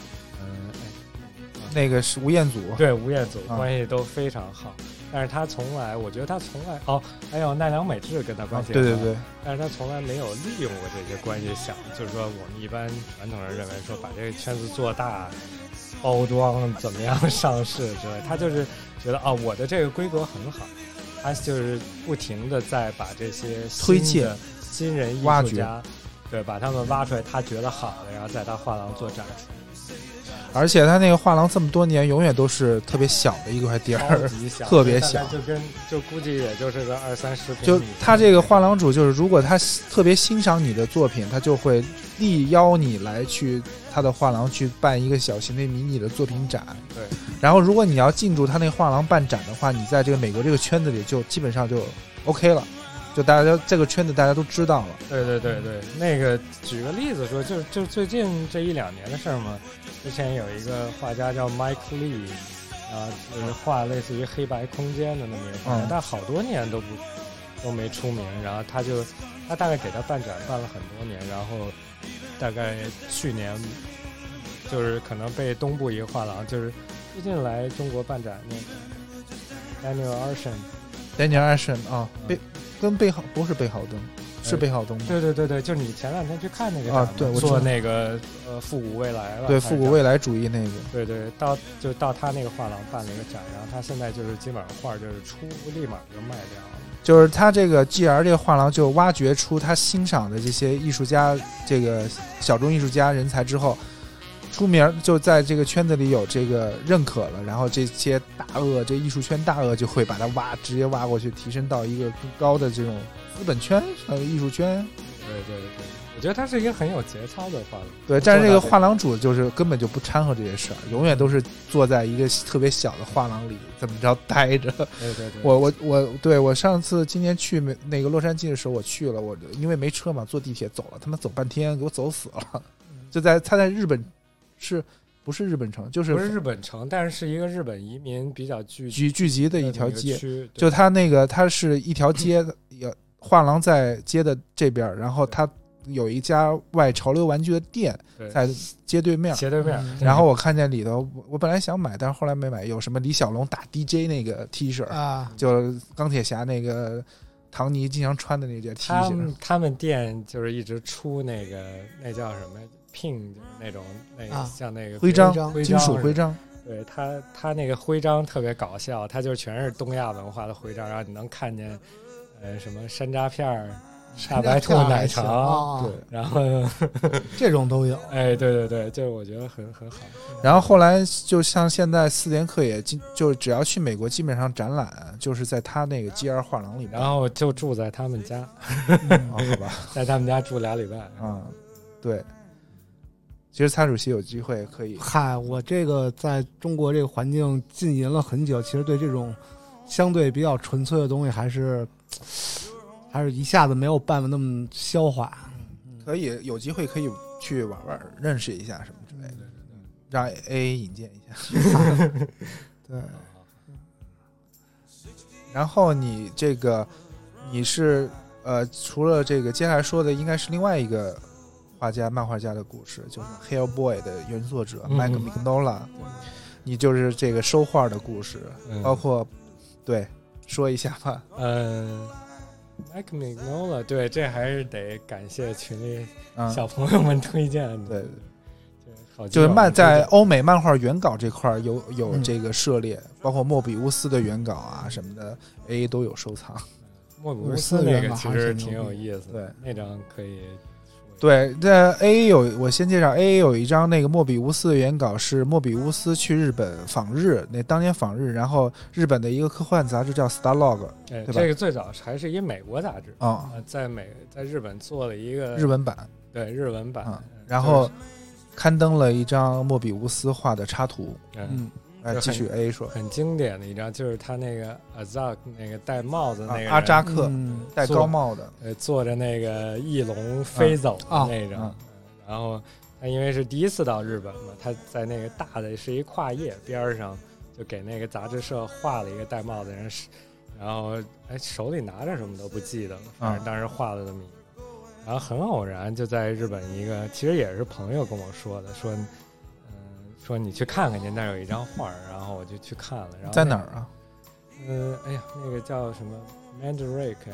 那个是吴彦祖， 对，吴彦祖关系都非常好。但是他从来，我觉得他从来还有奈良美智跟他关系很好， 对对对， 但是他从来没有利用过这些关系想，就是说我们一般传统人认为说把这个圈子做大，包装怎么样上市之类，他就是觉得我的这个规格很好，他就是不停的在把这些推荐新人艺术家，对，把他们挖出来，他觉得好的，然后在他画廊做展出。 而且他那个画廊这么多年，永远都是特别小的一块地儿，特别小， 就估计也就是个20-30平米。 就他这个画廊主，就是如果他特别欣赏你的作品，他就会力邀你来去他的画廊去办一个小型的迷你的作品展。 对。 然后，如果你要进驻他那个画廊办展的话，你在这个美国这个圈子里就基本上就 OK 了。就大家这个圈子大家都知道了。 对对对对，那个举个例子说，就最近这1-2年的事儿嘛。之前有一个画家叫 Mike Lee， 就是画类似于黑白空间的那么一个画家，但好多年都没出名。然后他大概给他办展办了很多年，然后大概去年就是可能被东部一个画廊，就是最近来中国办展那个 Daniel Arsham 啊，跟不是贝浩登。是贝浩登吗？ 对对对对，就是你前2天去看那个展对，我做那个复古未来了， 对，复古未来主义那个， 对对，到他那个画廊办了一个展，然后他现在就是基本上画就是立马就卖掉了。 就是他这个 GR 这个画廊就挖掘出他欣赏的这些艺术家，这个小众艺术家人才之后，出名就在这个圈子里有这个认可了，然后这些大鳄，这艺术圈大鳄就会把它直接挖过去，提升到一个更高的这种资本圈艺术圈。 对对对，我觉得他是一个很有节操的画廊。 对，但是这个画廊主就是根本就不掺和这些事儿，永远都是坐在一个特别小的画廊里怎么着待着。 对对对， 我上次今年去那个洛杉矶的时候我去了，我因为没车嘛，坐地铁走了，他妈走半天给我走死了。就他在日本不是日本城，就是不是日本城，但是一个日本移民比较聚集的一条街。就它是一条街，画廊在街的这边，然后它有一家外潮流玩具的店在街对面。然后我看见里头，我本来想买，但是后来没买。有什么李小龙打 DJ 那个 T 恤啊，就钢铁侠那个唐尼经常穿的那件 T 恤。 他们店就是一直出那叫什么？pin 那种像那个徽章金属徽章， 对他那个徽章特别搞笑，他就全是东亚文化的徽章，然后你能看见什么山楂片、大白兔奶茶，对，然后这种都有。 哎，对对对，就是我觉得很好。 然后后来就像现在4点课也就只要去美国，基本上展览就是在他那个 GR 画廊里面， 然后就住在他们家， 好吧， 在他们家住2礼拜啊，对。其实蔡主席有机会可以。 我这个在中国这个环境浸淫了很久，其实对这种相对比较纯粹的东西，还是一下子没有办法那么消化。 可以有机会可以去玩玩，认识一下什么之类的，让 AA 引荐一下。对。然后你是除了这个接下来说的，应该是另外一个。漫画家的故事，就是 Hellboy 的原作者 Mike Mignola，你就是这个收画的故事，包括对说一下吧。 Mike Mignola， 对，这还是得感谢群里小朋友们推荐的。对， 就是在欧美漫画原稿这块有这个涉猎，包括莫比乌斯的原稿啊什么的 ，AA 都有收藏。 莫比乌斯那个其实挺有意思的， 对， 那张可以。 对，在 AA 我先介绍 AA 有一张那个莫比乌斯的原稿，是莫比乌斯去日本访日，那当年访日，然后日本的一个科幻杂志叫 Starlog， 对吧？ 这个最早还是一美国杂志啊， 在日本做了一个日文版， 对日文版， 然后刊登了一张莫比乌斯画的插图，继续 A 说， 很经典的一张，就是他那个阿扎克那个戴帽子那个阿扎克戴高帽的， 坐着那个翼龙飞走的那张，然后他因为是第一次到日本嘛，他在那个大的是一跨页边上，就给那个杂志社画了一个戴帽子人，然后手里拿着什么都不记得了，反正当时画了这么一个，然后很偶然就在日本一个，其实也是朋友跟我说的，说你去看看去，那有一张画，然后我就去看了。然后在哪儿啊？ 那个叫什么 Mandarake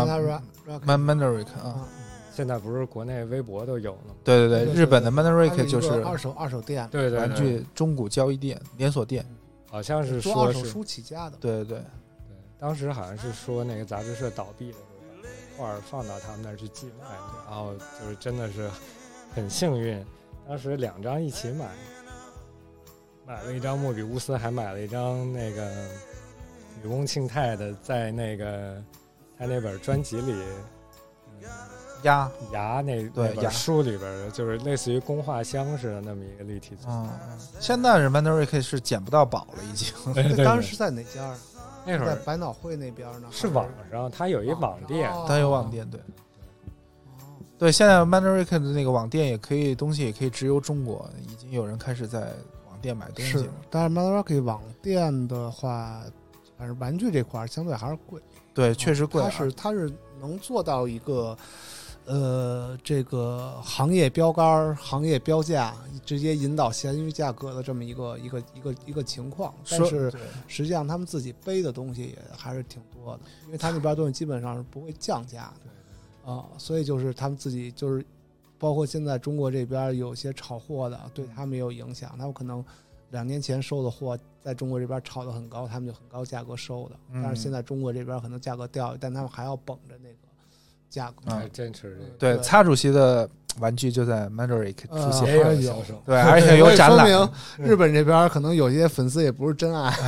Mandarake 啊， 现在不是国内微博都有了吗？ 对，日本的 Mandarake 就是二手店， 对， 玩具中古交易店连锁店， 好像是做二手书起家的。 对， 当时好像是说那个杂志社倒闭的时候，把画放到他们那儿去寄卖，然后就是真的是很幸运，当时2张一起买了一张莫比乌斯，还买了一张那个雨宫庆太的，在那个他那本专辑里， 牙那本书里边的，就是类似于工画箱似的那么一个立体作。 现在是 Mandarake 是捡不到宝了，已经。 当时是在哪家？ 那会儿在百脑汇那边呢？ 是网上，它有一网店， 它有网店，对，现在 Mandarake 的那个网店东西也可以直邮中国，已经有人开始在店买东西了， 但是 Mandarake 网店的话，反正玩具这块相对还是贵。 对，确实贵。 它是能做到一个这个行业标杆、行业标价，直接引导闲鱼价格的这么一个情况。但是实际上他们自己背的东西也还是挺多的，因为他那边东西基本上是不会降价的所以就是他们自己就是。包括现在中国这边有些炒货的，对他们也有影响。他们可能2年前收的货，在中国这边炒得很高，他们就很高价格收的。但是现在中国这边可能价格掉，但他们还要绷着那个价格。 坚持对，擦主席的玩具就在 Mandarake 出现， 也有销售， 对，而且有展览。 说明日本这边可能有些粉丝也不是真爱。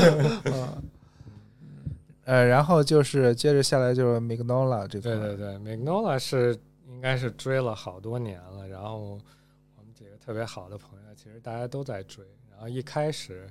然后就是接着下来就是 Magnola 这个。 对 ，Magnola 应该是追了好多年了，然后我们几个特别好的朋友，其实大家都在追。然后一开始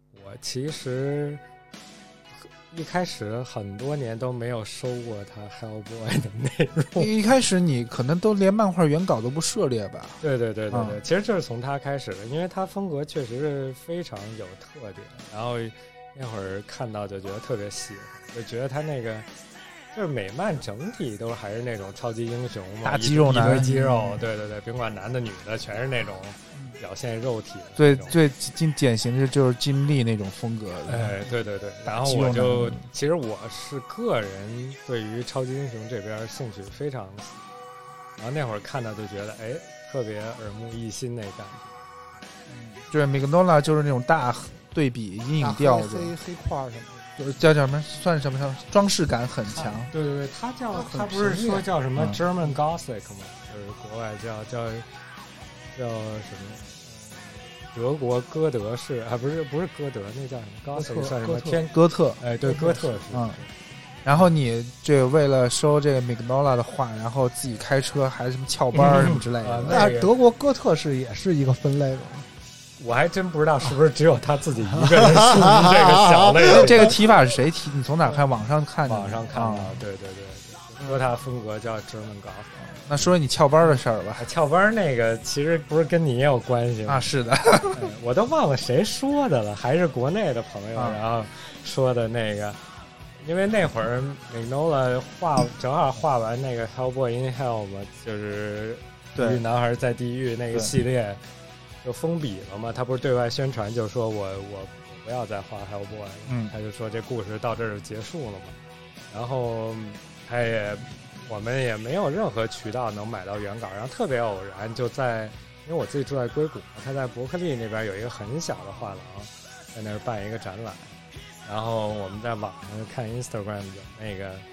很多年都没有收过他 Hellboy 的内容。 一开始你可能都连漫画原稿都不涉猎吧？ 对，其实就是从他开始的，因为他风格确实是非常有特点。然后那会儿看到就觉得特别喜欢，就觉得他那个。就是美漫整体都还是那种超级英雄嘛， 大肌肉男， 一堆肌肉，对，甭管男的女的，全是那种表现肉体的。最典型的就是金立那种风格的。 对。然后其实我是个人对于超级英雄这边兴趣非常喜欢，然后那会儿看到就觉得特别耳目一新那感觉。 对，Magnola 就是那种大对比阴影调子， 黑块什么的。 叫什么？算什么？装饰感很强。 对，他不是说叫什么 German Gothic 吗？就是国外叫什么？德国哥德式不是哥德，那叫什么 Gothic 算什么？ 哥特。 对，哥特式。 然后你这为了收这个 Magnola 的画，然后自己开车还什么翘班什么之类的。 那德国哥特式也是一个分类的。 我还真不知道是不是只有他自己一个人属于这个小类。 这个提法是谁提？你从哪看？网上看的。 网上看到，对，说他风格叫 German Gothic。 那说你翘班的事儿吧。 翘班那个其实不是跟你也有关系吗？ 是的。 我都忘了谁说的了，还是国内的朋友，然后说的那个，因为那会儿 Magnola 正好画完那个 Hellboy in Hell 嘛，就是地狱男孩在地狱那个系列。就封笔了嘛，他不是对外宣传就说我不要再画 Hellboy 他就说这故事到这儿就结束了嘛。然后我们也没有任何渠道能买到原稿，然后特别偶然就因为我自己住在硅谷，他在伯克利那边有一个很小的画廊，在那儿办一个展览，然后我们在网上看 Instagram 有那个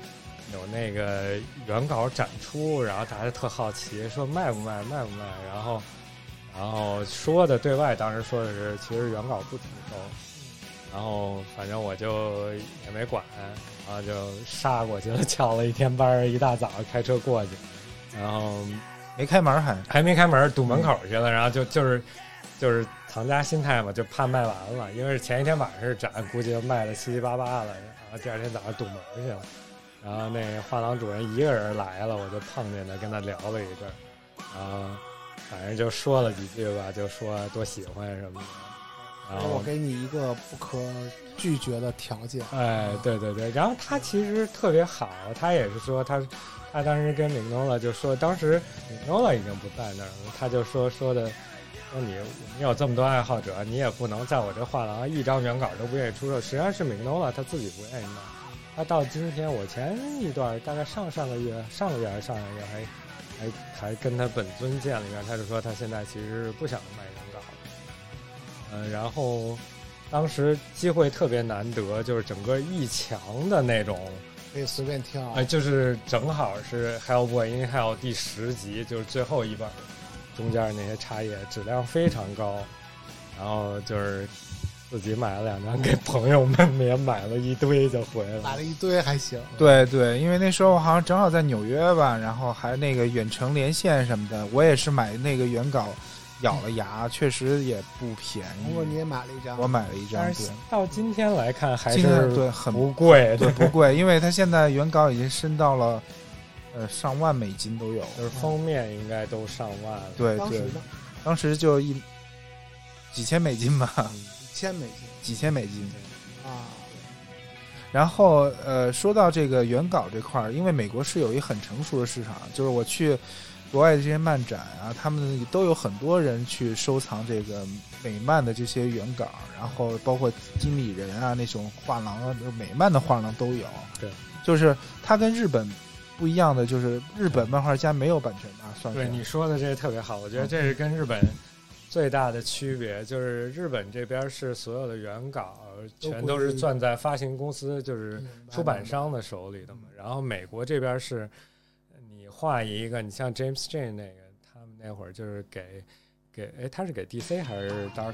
有那个原稿展出，然后大家特好奇，说卖不卖，然后说的对外当时说的是其实原稿不出售，然后反正我就也没管，然后就杀过去了，翘了一天班，一大早开车过去，然后没开门还没开门，堵门口去了，然后就是藏家心态嘛，就怕卖完了，因为前一天晚上是展，估计就卖的七七八八了，然后第二天早上堵门去了，然后那画廊主任一个人来了，我就碰见他，跟他聊了一阵，然后反正就说了几句吧，就说多喜欢什么的。然后我给你一个不可拒绝的条件。 哎，对对对，然后他其实特别好，他也是说他当时跟Mignola就说，当时Mignola已经不在那儿了，他就说你有这么多爱好者，你也不能在我这画廊一张原稿都不愿意出售。实际上是Mignola他自己不愿意卖，他到今天，我前一段大概上个月还跟他本尊见了一面，他就说他现在其实不想卖原稿了。然后当时机会特别难得，就是整个1墙的那种可以随便挑， 就是正好是 Hellboy in Hell 第10集，就是最后一本，中间那些插页质量非常高，然后就是自己买了2张，给朋友们也买了一堆就回来了， 买了一堆还行。 对对，因为那时候好像正好在纽约吧，然后还那个远程连线什么的，我也是买那个原稿。咬了牙，确实也不便宜。 不过你也买了一张， 我买了一张。 但是到今天来看还是对很不贵， 对不贵，因为它现在原稿已经升到了上万美金都有， 就是封面应该都上万了。 对对，当时就几千美金吧，几千美金啊。 然后说到这个原稿这块儿，因为美国是有一很成熟的市场，就是我去国外的这些漫展啊，他们都有很多人去收藏这个美漫的这些原稿，然后包括经理人啊那种画廊啊，美漫的画廊都有。 对， 就是它跟日本不一样的，就是日本漫画家没有版权吧？算是。 对你说的这个特别好，我觉得这是跟日本最大的区别，就是日本这边是所有的原稿全都是攥在发行公司，就是出版商的手里的嘛。然后美国这边是。画一个，你像 James Jane 那个，他们那会儿就是给，他是给 DC 还是 Dark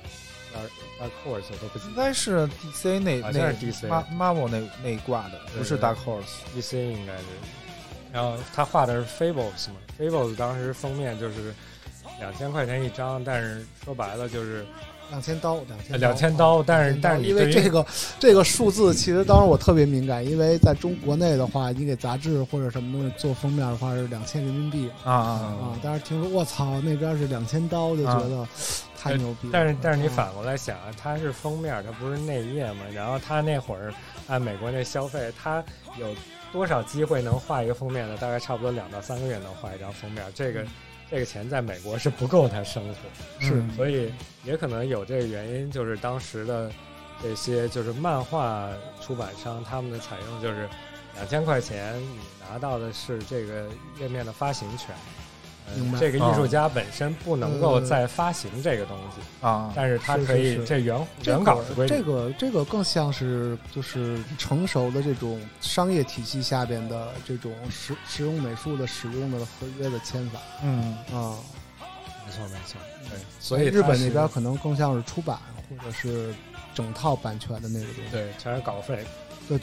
Horse 我都不记得， 应该是 DC 那是 DC Marvel 那一挂的，不是 Dark Horse，DC 应该是。然后他画的是 Fables 嘛 ，Fables 当时封面就是2000块钱一张，但是说白了就是 2000刀， 但是你因为这个数字，其实当时我特别敏感，因为在国内的话，你给杂志或者什么东西做封面的话是2000人民币啊！但是听说我操那边是2000刀，就觉得太牛逼了。但是你反过来想，它是封面，它不是内页嘛？然后他那会儿按美国那消费，他有多少机会能画一个封面呢？大概差不多2到3个月能画一张封面，这个钱在美国是不够他生活，所以也可能有这个原因，就是当时的这些就是漫画出版商他们的采用就是2000块钱，你拿到的是这个页面的发行权，这个艺术家本身不能够再发行这个东西但是他可以这原稿是规定， 这个更像是就是成熟的这种商业体系下边的这种实用美术的使用的合约的签法， 没错，对， 所以日本那边可能更像是出版或者是整套版权的那个东西， 对，全是稿费， 对，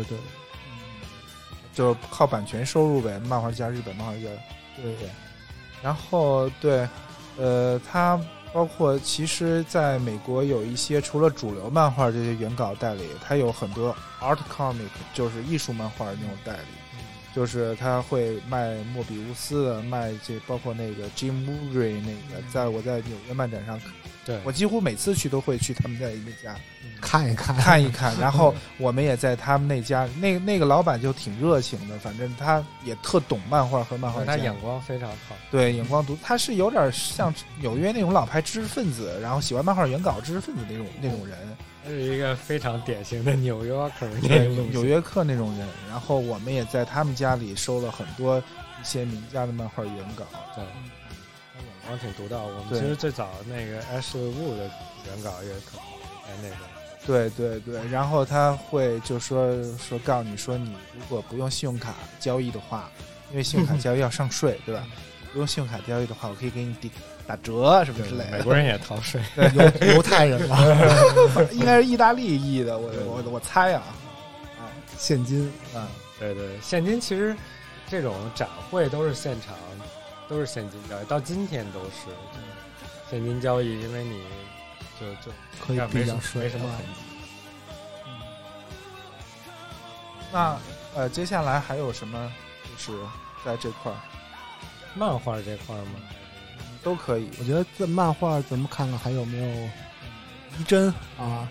就靠版权收入呗，漫画家，日本漫画家，对。然后对，它包括其实在美国有一些除了主流漫画这些原稿代理，它有很多 art comic， 就是艺术漫画那种代理，就是他会卖莫比乌斯的，卖这包括那个 Jim Murray 那个，我在纽约漫展上， 对我几乎每次去都会去他们家那家看一看， 然后我们也在他们那家，那个老板就挺热情的，反正他也特懂漫画和漫画家， 他眼光非常好， 对，眼光独，他是有点像纽约那种老牌知识分子，然后喜欢漫画原稿知识分子那种人， 他是一个非常典型的纽约客纽约客那种人。然后我们也在他们家里收了很多一些名家的漫画原稿， 对，他眼光挺独到。我们其实最早那个 Ashley Wood 的原稿也可那个对对对，然后他会就说告诉你说，你如果不用信用卡交易的话，因为信用卡交易要上税，对吧？不用信用卡交易的话，我可以给你打折什么之类的。 美国人也逃税， 犹太人吧， 应该是意大利裔的，我猜啊， 现金啊， 对对，现金其实这种展会都是现场，都是现金交易，到今天都是现金交易，因为你就可以避掉税， 没什么痕迹。 那接下来还有什么就是在这块儿？ 漫画这块吗？ 都可以。 我觉得这漫画咱们看看还有没有遗真啊？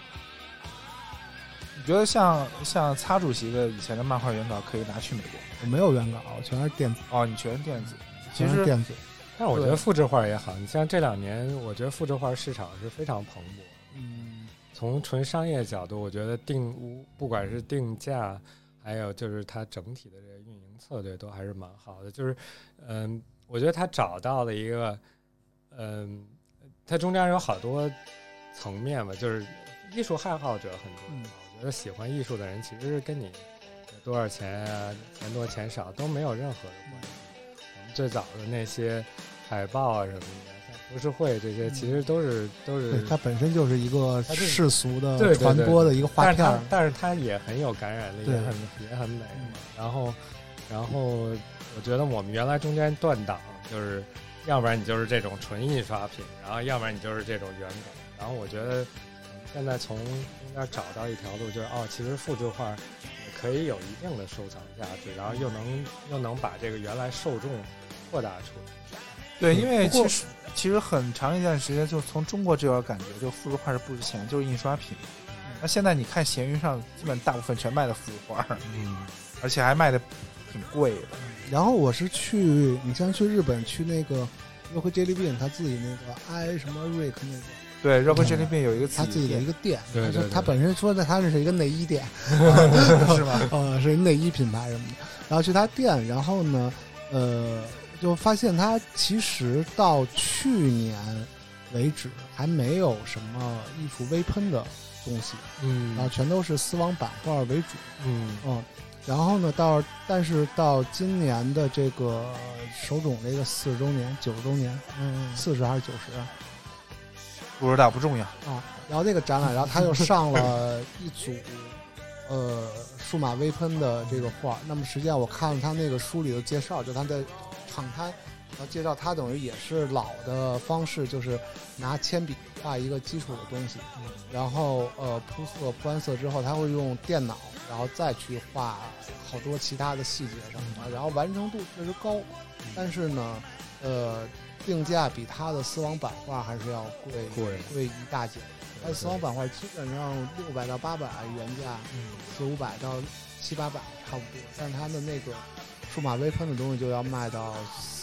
你觉得像擦主席的以前的漫画原稿可以拿去美国？ 我没有原稿，全是电子。 哦，你全是电子， 其实电子。 但我觉得复制画也好，你像这2年，我觉得复制画市场是非常蓬勃。从纯商业角度，我觉得不管是定价，还有就是它整体的这个运营策略都还是蛮好的。就是，我觉得他找到了一个，它中间有好多层面吧，就是艺术爱好者很多。我觉得喜欢艺术的人其实跟你多少钱啊，钱多钱少都没有任何的关系。我们最早的那些海报啊什么的，像浮世绘这些，其实都是它本身就是一个世俗的传播的一个画片， 但是它也很有感染力，也很美。然后我觉得我们原来中间断档，就是要不然你就是这种纯印刷品，然后要不然你就是这种原稿。然后我觉得现在从中间找到一条路，就是其实复制画也可以有一定的收藏价值，然后又能把这个原来受众扩大出来。 对，因为其实很长一段时间，就从中国这边感觉，就复制画是不值钱，就是印刷品。那现在你看闲鱼上，基本大部分全卖的复制画，而且还卖的挺贵的。 然后我是你像去日本去那个Rock Jelly Bean 他自己那个埃什么 Rick 那个。 对 ，Rock Jelly Bean 有一个他自己的一个店， 对， 他本身说的他是一个内衣店， 是吗？ 是内衣品牌什么的。然后去他店，然后呢，就发现他其实到去年为止还没有什么艺术微喷的东西，然后全都是丝网版画为主，然后呢，但是到今年的这个手冢这个40周年、90周年，40还是90啊？ 不知道，不重要啊。然后这个展览，然后他又上了一组数码微喷的这个画。那么实际上我看了他那个书里的介绍，就他在场摊，然后介绍他等于也是老的方式，就是拿铅笔画一个基础的东西，然后铺完色之后，他会用电脑，然后再去画好多其他的细节什么的，然后完成度确实高，但是呢，定价比他的丝网版画还是要贵一大截。他的丝网版画基本上600到800原价，400-500到700-800差不多，但是他的那个数码微喷的东西就要卖到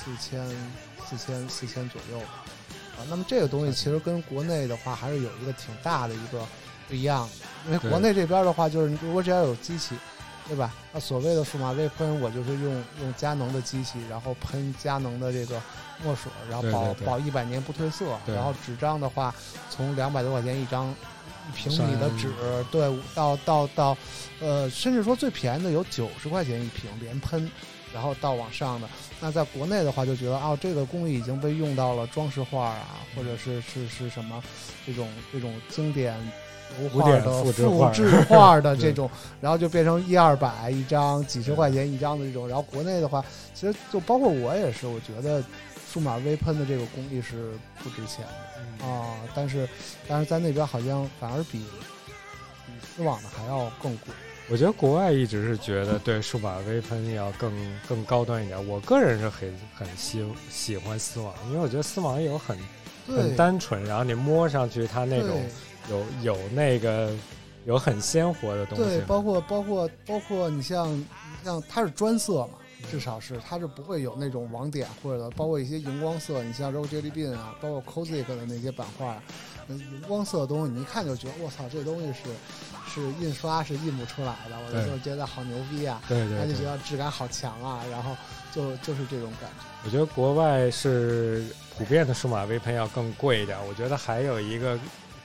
4000左右吧。那么这个东西其实跟国内的话还是有一个挺大的一个不一样的，因为国内这边的话就是如果只要有机器，对吧？那所谓的数码微喷，我就是用佳能的机器，然后喷佳能的这个墨水，然后保100年不褪色。然后纸张的话，从200多块钱一张1平米的纸，对，到甚至说最便宜的有90块钱1平连喷，然后到往上的。那在国内的话，就觉得这个工艺已经被用到了装饰画啊，或者是什么这种经典油画的复制画的这种，然后就变成100-200一张，几十块钱一张的这种。然后国内的话，其实就包括我也是，我觉得数码微喷的这个工艺是不值钱的但是在那边好像反而比丝网的还要更贵。 我觉得国外一直是觉得对数码微喷要更高端一点，我个人是很喜欢丝网，因为我觉得丝网有很单纯，然后你摸上去它那种有那个有很鲜活的东西。 对，包括你像它是专色嘛，至少是它是不会有那种网点或者包括一些荧光色，你像 Rock Jelly Bean 啊，包括 Kozik 的那些版画，荧光色的东西你一看就觉得我操，这东西是印刷是印不出来的，我就觉得好牛逼啊， 对， 他就觉得质感好强啊，然后就是这种感觉。 我觉得国外是普遍的数码微喷要更贵一点，我觉得还有一个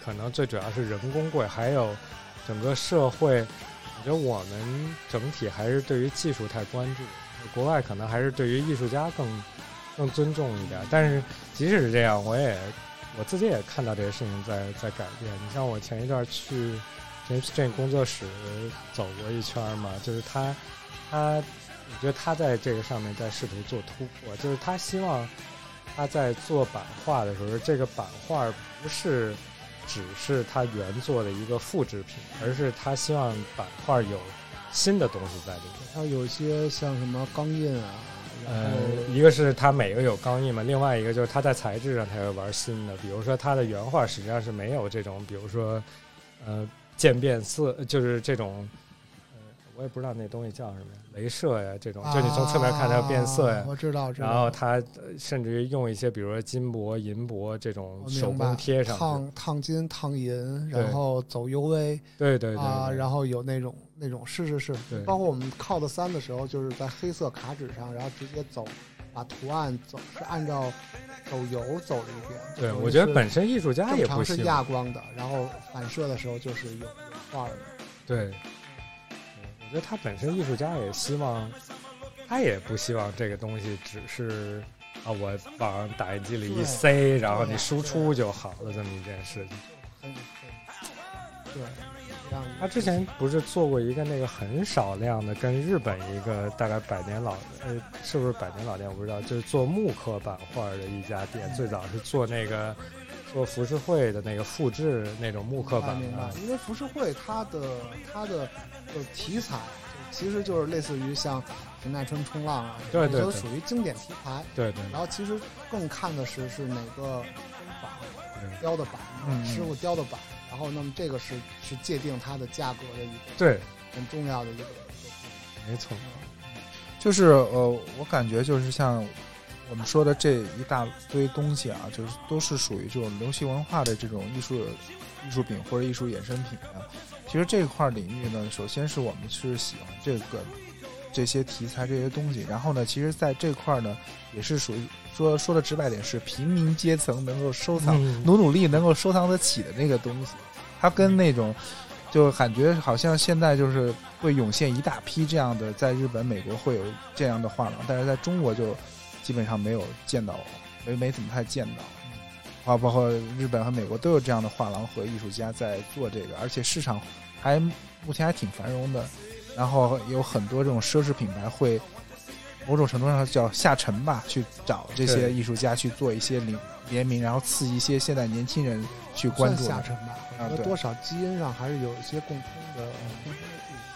可能最主要是人工贵，还有整个社会，我觉得我们整体还是对于技术太关注，国外可能还是对于艺术家更尊重一点。但是即使是这样，我自己也看到这个事情在改变。你像我前一段去这工作室走过一圈嘛，就是他我觉得他在这个上面在试图做突破，就是他希望他在做版画的时候，这个版画不是只是他原作的一个复制品，而是他希望版画有新的东西在里面。 它有一些像什么钢印啊， 一个是它每个有钢印嘛，另外一个就是它在材质上它要玩新的，比如说它的原画实际上是没有这种，比如说渐变色，就是这种我也不知道那东西叫什么呀，镭射呀这种，就你从侧面看它变色呀， 我知道。 然后它甚至于用一些比如说金箔、银箔这种手工贴上去， 烫金、烫银，然后走 UV， 对， 然后有那种是，包括我们靠的3的时候，就是在黑色卡纸上，然后直接把图案是按照走油走了一遍。 对，我觉得本身艺术家也不是亚光的，然后反射的时候就是有画的。 对。我觉得他本身艺术家也希望，他也不希望这个东西只是我往打印机里一塞，然后你输出就好了这么一件事情。 对， 他之前不是做过一个那个很少量的，跟日本一个大概是不是百年老店我不知道，就是做木刻版画的一家店，最早是做浮世绘的那个复制那种木刻版的。 因为浮世绘它的题材其实就是类似于像陈奈春冲浪啊， 对， 都属于经典题材。 对。 然后其实更看的是哪个工坊雕的版，师傅雕的版，然后那么这个是界定它的价格的一个很重要的一个。 没错。 就是我感觉就是像我们说的这一大堆东西啊，就是都是属于这种流行文化的这种艺术品或者艺术衍生品啊。其实这块领域呢，首先是我们是喜欢这些题材这些东西，然后呢，其实在这块呢也是属于说的直白点是平民阶层能够收藏，努力能够收藏得起的那个东西。它跟那种就感觉好像现在就是会涌现一大批这样的，在日本、美国会有这样的画廊，但是在中国就基本上没有见到，没怎么太见到。包括日本和美国都有这样的画廊和艺术家在做这个，而且市场目前还挺繁荣的。然后有很多这种奢侈品牌会某种程度上叫下沉吧，去找这些艺术家去做一些联名，然后刺激一些现在年轻人去关注。 下沉吧，多少基因上还是有一些共通的地方。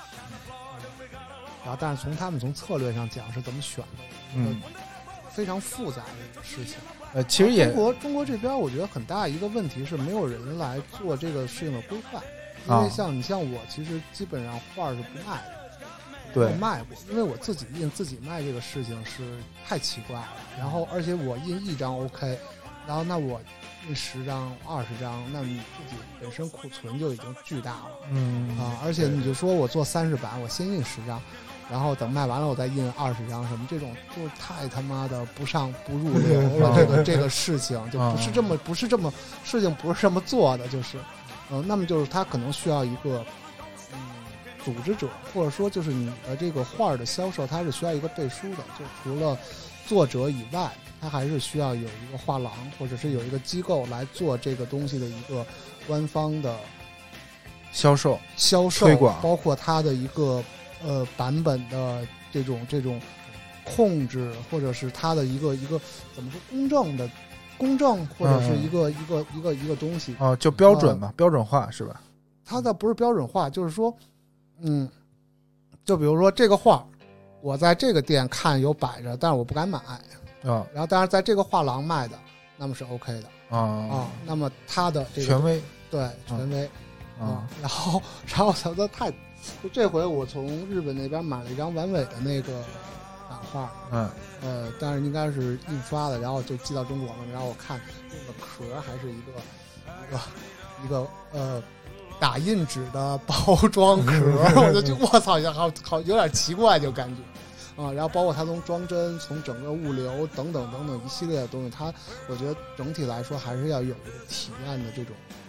然后，但是从策略上讲是怎么选的，非常复杂的一个事情。 其实也中国这边，我觉得很大一个问题是没有人来做这个事情的规范。因为像我，其实基本上画是不卖的， 对， 我卖过，因为我自己印自己卖这个事情是太奇怪了。然后，而且我印1张 OK， 然后那我印10张、20张，那你自己本身库存就已经巨大了，而且你就说我做30版，我先印10张。然后等卖完了，我再印20张，什么这种就是太他妈的不入流了。这个事情就不是这么事情不是这么做的，就是，那么就是他可能需要一个组织者，或者说就是你的这个画的销售，它是需要一个背书的。就除了作者以外，他还是需要有一个画廊，或者是有一个机构来做这个东西的一个官方的销售推广，包括它的一个。版本的这种控制，或者是它的一个怎么说公正，或者是一个东西就标准嘛，标准化是吧？ 它的不是标准化，就是说，就比如说这个画，我在这个店看有摆着，但是我不敢买然后当然在这个画廊卖的，那么是 OK 的那么它的这个权威， 对权威然后它太。就这回我从日本那边买了一张完尾的那个版画，但是应该是印刷的，然后就寄到中国了。然后我看用的壳还是一个打印纸的包装壳，我就我操，好有点奇怪，就感觉然后包括它从装帧、从整个物流等等一系列的东西，我觉得整体来说还是要有一个体验的这种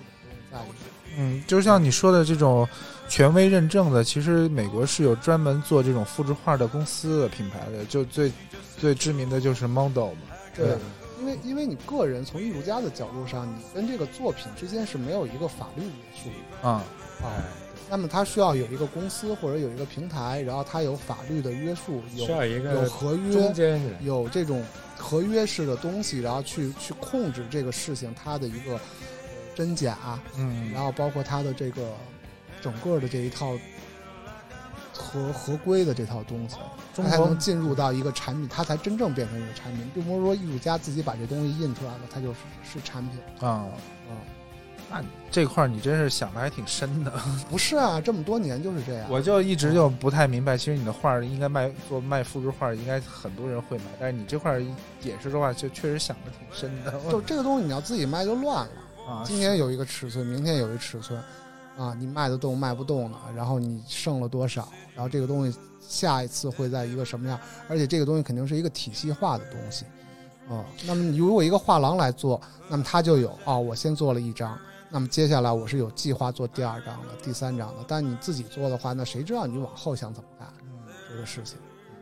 在里面。 就像你说的这种权威认证的，其实美国是有专门做这种复制画的公司的品牌的，就最知名的就是 Model 嘛。 对，因为你个人从艺术家的角度上，你跟这个作品之间是没有一个法律约束的那么它需要有一个公司或者有一个平台，然后它有法律的约束， 需要一个有合约， 中间人有这种合约式的东西，然后去控制这个事情它的一个真假，然后包括它的这个整个的这一套合规的这套东西，它才能进入到一个产品，它才真正变成一个产品，并不是说艺术家自己把这东西印出来了，它就是产品那这块你真是想的还挺深的。 不是啊，这么多年就是这样。 我就一直就不太明白，其实你的画应该卖复制画，应该很多人会买，但是你这块一解释的话，就确实想的挺深的。 就这个东西你要自己卖就乱了今天有一个尺寸，明天有一个尺寸你卖得动卖不动的，然后你剩了多少，然后这个东西下一次会在一个什么样，而且这个东西肯定是一个体系化的东西那么如果一个画廊来做，那么他就有我先做了一张，那么接下来我是有计划做第2张的第3张的，但你自己做的话，那谁知道你往后想怎么干这个事情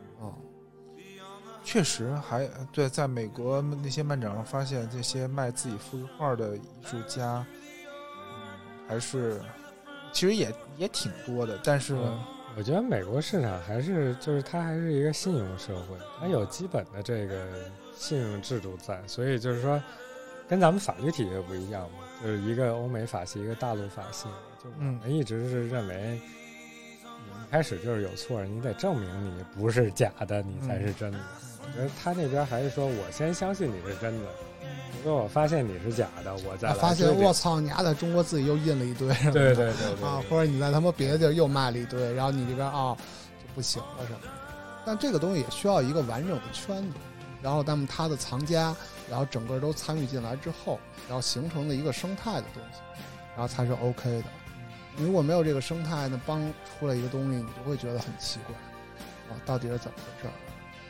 确实对，在美国那些漫展上发现，这些卖自己复制画的艺术家还是其实也挺多的，但是我觉得美国市场就是它还是一个信用社会，它有基本的这个信用制度在，所以就是说跟咱们法律体系不一样嘛，就是一个欧美法系一个大陆法系，就我们一直是认为你一开始就是有错，你得证明你不是假的，你才是真的我觉得他那边还是说我先相信你是真的，如果我发现你是假的，我再来发现我操你在中国自己又印了一堆对或者你在他妈别的地儿又卖了一堆，然后你这边就不行了什么的。但这个东西也需要一个完整的圈子，然后那么它的藏家然后整个都参与进来之后，然后形成的一个生态的东西，然后才是 OK 的。如果没有这个生态呢，帮出来一个东西，你就会觉得很奇怪到底是怎么回事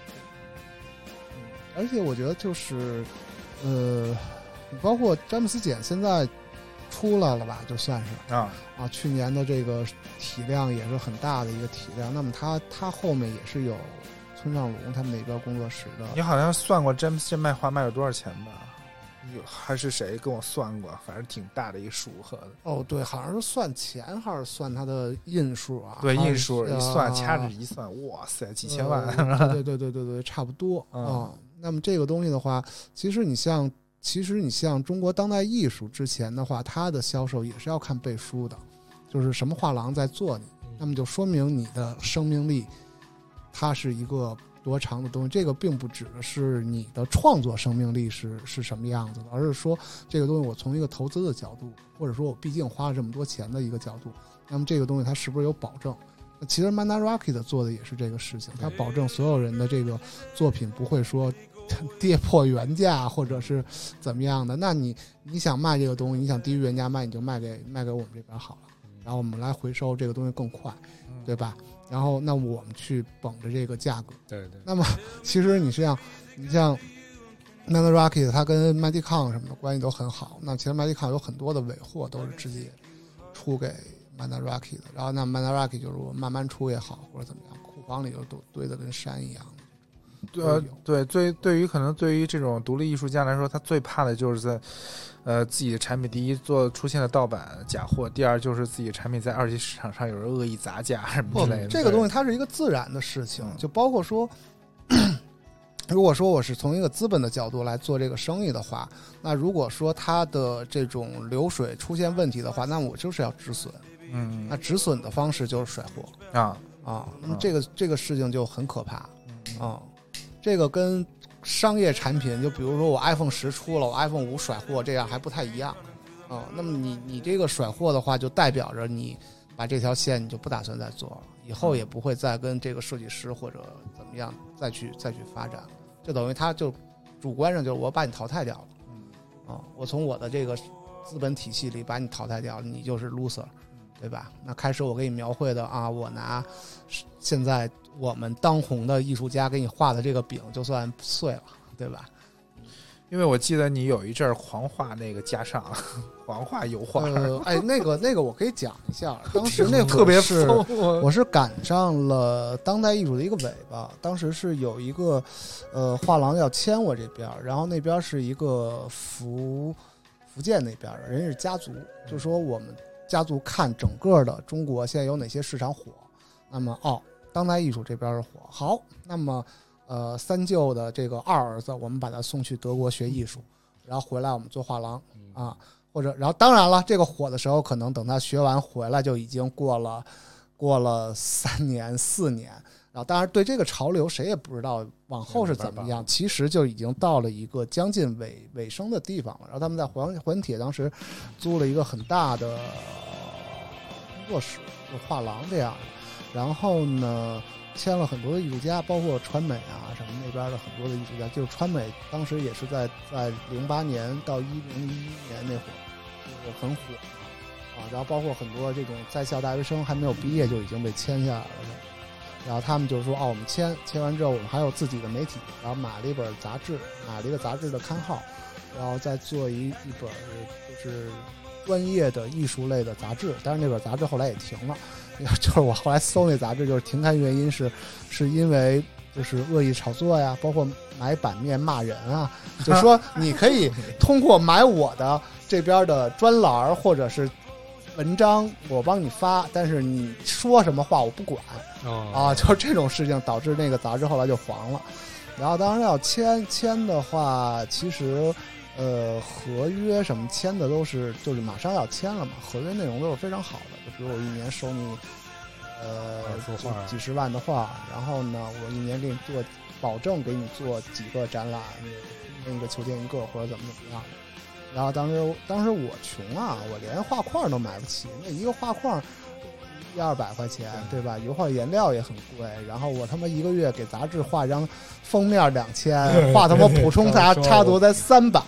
而且我觉得就是包括詹姆斯简现在出来了吧，就算是去年的这个体量也是很大的一个体量，那么他后面也是有村上隆他们那边工作室的。 你好像算过詹姆斯卖画卖了多少钱吧？还是谁跟我算过，反正挺大的一个数额对，好像是算钱还是算他的印数对，印数一算掐指一算，哇塞，几千万对，差不多那么这个东西的话，其实你像中国当代艺术之前的话，它的销售也是要看背书的，就是什么画廊在做你，那么就说明你的生命力它是一个多长的东西。这个并不指的是你的创作生命力是什么样子的，而是说这个东西我从一个投资的角度，或者说我毕竟花了这么多钱的一个角度，那么这个东西它是不是有保证。其实 Mandarake 做的也是这个事情，它保证所有人的这个作品不会说跌破原价或者是怎么样的。那你想卖这个东西，你想低于原价卖，你就卖给我们这边好了，然后我们来回收这个东西更快对吧，然后那我们去捧着这个价格对。 那么其实你像 Mandarake 它跟 Medicon 什么的关系都很好，那其实 Medicon 有很多的尾货都是直接出给Mandarake 的，然后那 Mandarake 就是我慢慢出也好或者怎么样，库房里就都堆得跟山一样对，对于这种独立艺术家来说，他最怕的就是在自己的产品，第一出现了盗版假货，第二就是自己的产品在二级市场上有人恶意砸价什么之类的。 这个东西它是一个自然的事情，就包括说如果说我是从一个资本的角度来做这个生意的话，那如果说它的这种流水出现问题的话，那我就是要止损那止损的方式就是甩货那么这个事情就很可怕这个跟商业产品，就比如说我 iPhone 10出了，我 iPhone 5甩货，这样还不太一样那么你这个甩货的话，就代表着你把这条线你就不打算再做了，以后也不会再跟这个设计师或者怎么样再去发展了，就等于他就主观上就是我把你淘汰掉了我从我的这个资本体系里把你淘汰掉了，你就是 loser对吧？那开始我给你描绘的我拿现在我们当红的艺术家给你画的这个饼就算碎了对吧？ 因为我记得你有一阵狂画那个架上，狂画油画。 那个我可以讲一下，当时那特别是我是赶上了当代艺术的一个尾巴，当时是有一个画廊要签我这边，然后那边是一个福建那边的人是家族，就说我们家族看整个的中国现在有哪些市场火，那么当代艺术这边是火，好，那么三舅的这个二儿子，我们把他送去德国学艺术，然后回来我们做画廊啊，或者然后当然了，这个火的时候，可能等他学完回来就已经过了3年4年，然后当然对这个潮流谁也不知道往后是怎么样，其实就已经到了一个将近尾声的地方了。然后他们在环铁当时租了一个很大的工作室，就画廊这样的，然后呢。签了很多的艺术家，包括川美啊什么那边的很多的艺术家，就是川美当时也是在08年到1011年那会儿，就是很火啊。然后包括很多这种在校大学生还没有毕业就已经被签下来了。然后他们就说我们签完之后，我们还有自己的媒体，然后买了一本杂志，买了一个杂志的刊号，然后再做一本就是专业的艺术类的杂志。但是那本杂志后来也停了。就是我后来搜那杂志，就是停刊原因是因为就是恶意炒作呀，包括买版面骂人啊，就说你可以通过买我的这边的专栏或者是文章，我帮你发，但是你说什么话我不管就是这种事情导致那个杂志后来就黄了。然后当然要签的话，其实合约什么签的都是就是马上要签了嘛，合约内容都是非常好的。就比如我一年收你几十万的画，然后呢我一年给你做保证给你做几个展览，那个球店一个或者怎么样的。然后当时我穷啊，我连画框都买不起，那一个画框100-200块钱，对吧？油画颜料也很贵，然后我他妈一个月给杂志画张封面2000，画他妈补充插图才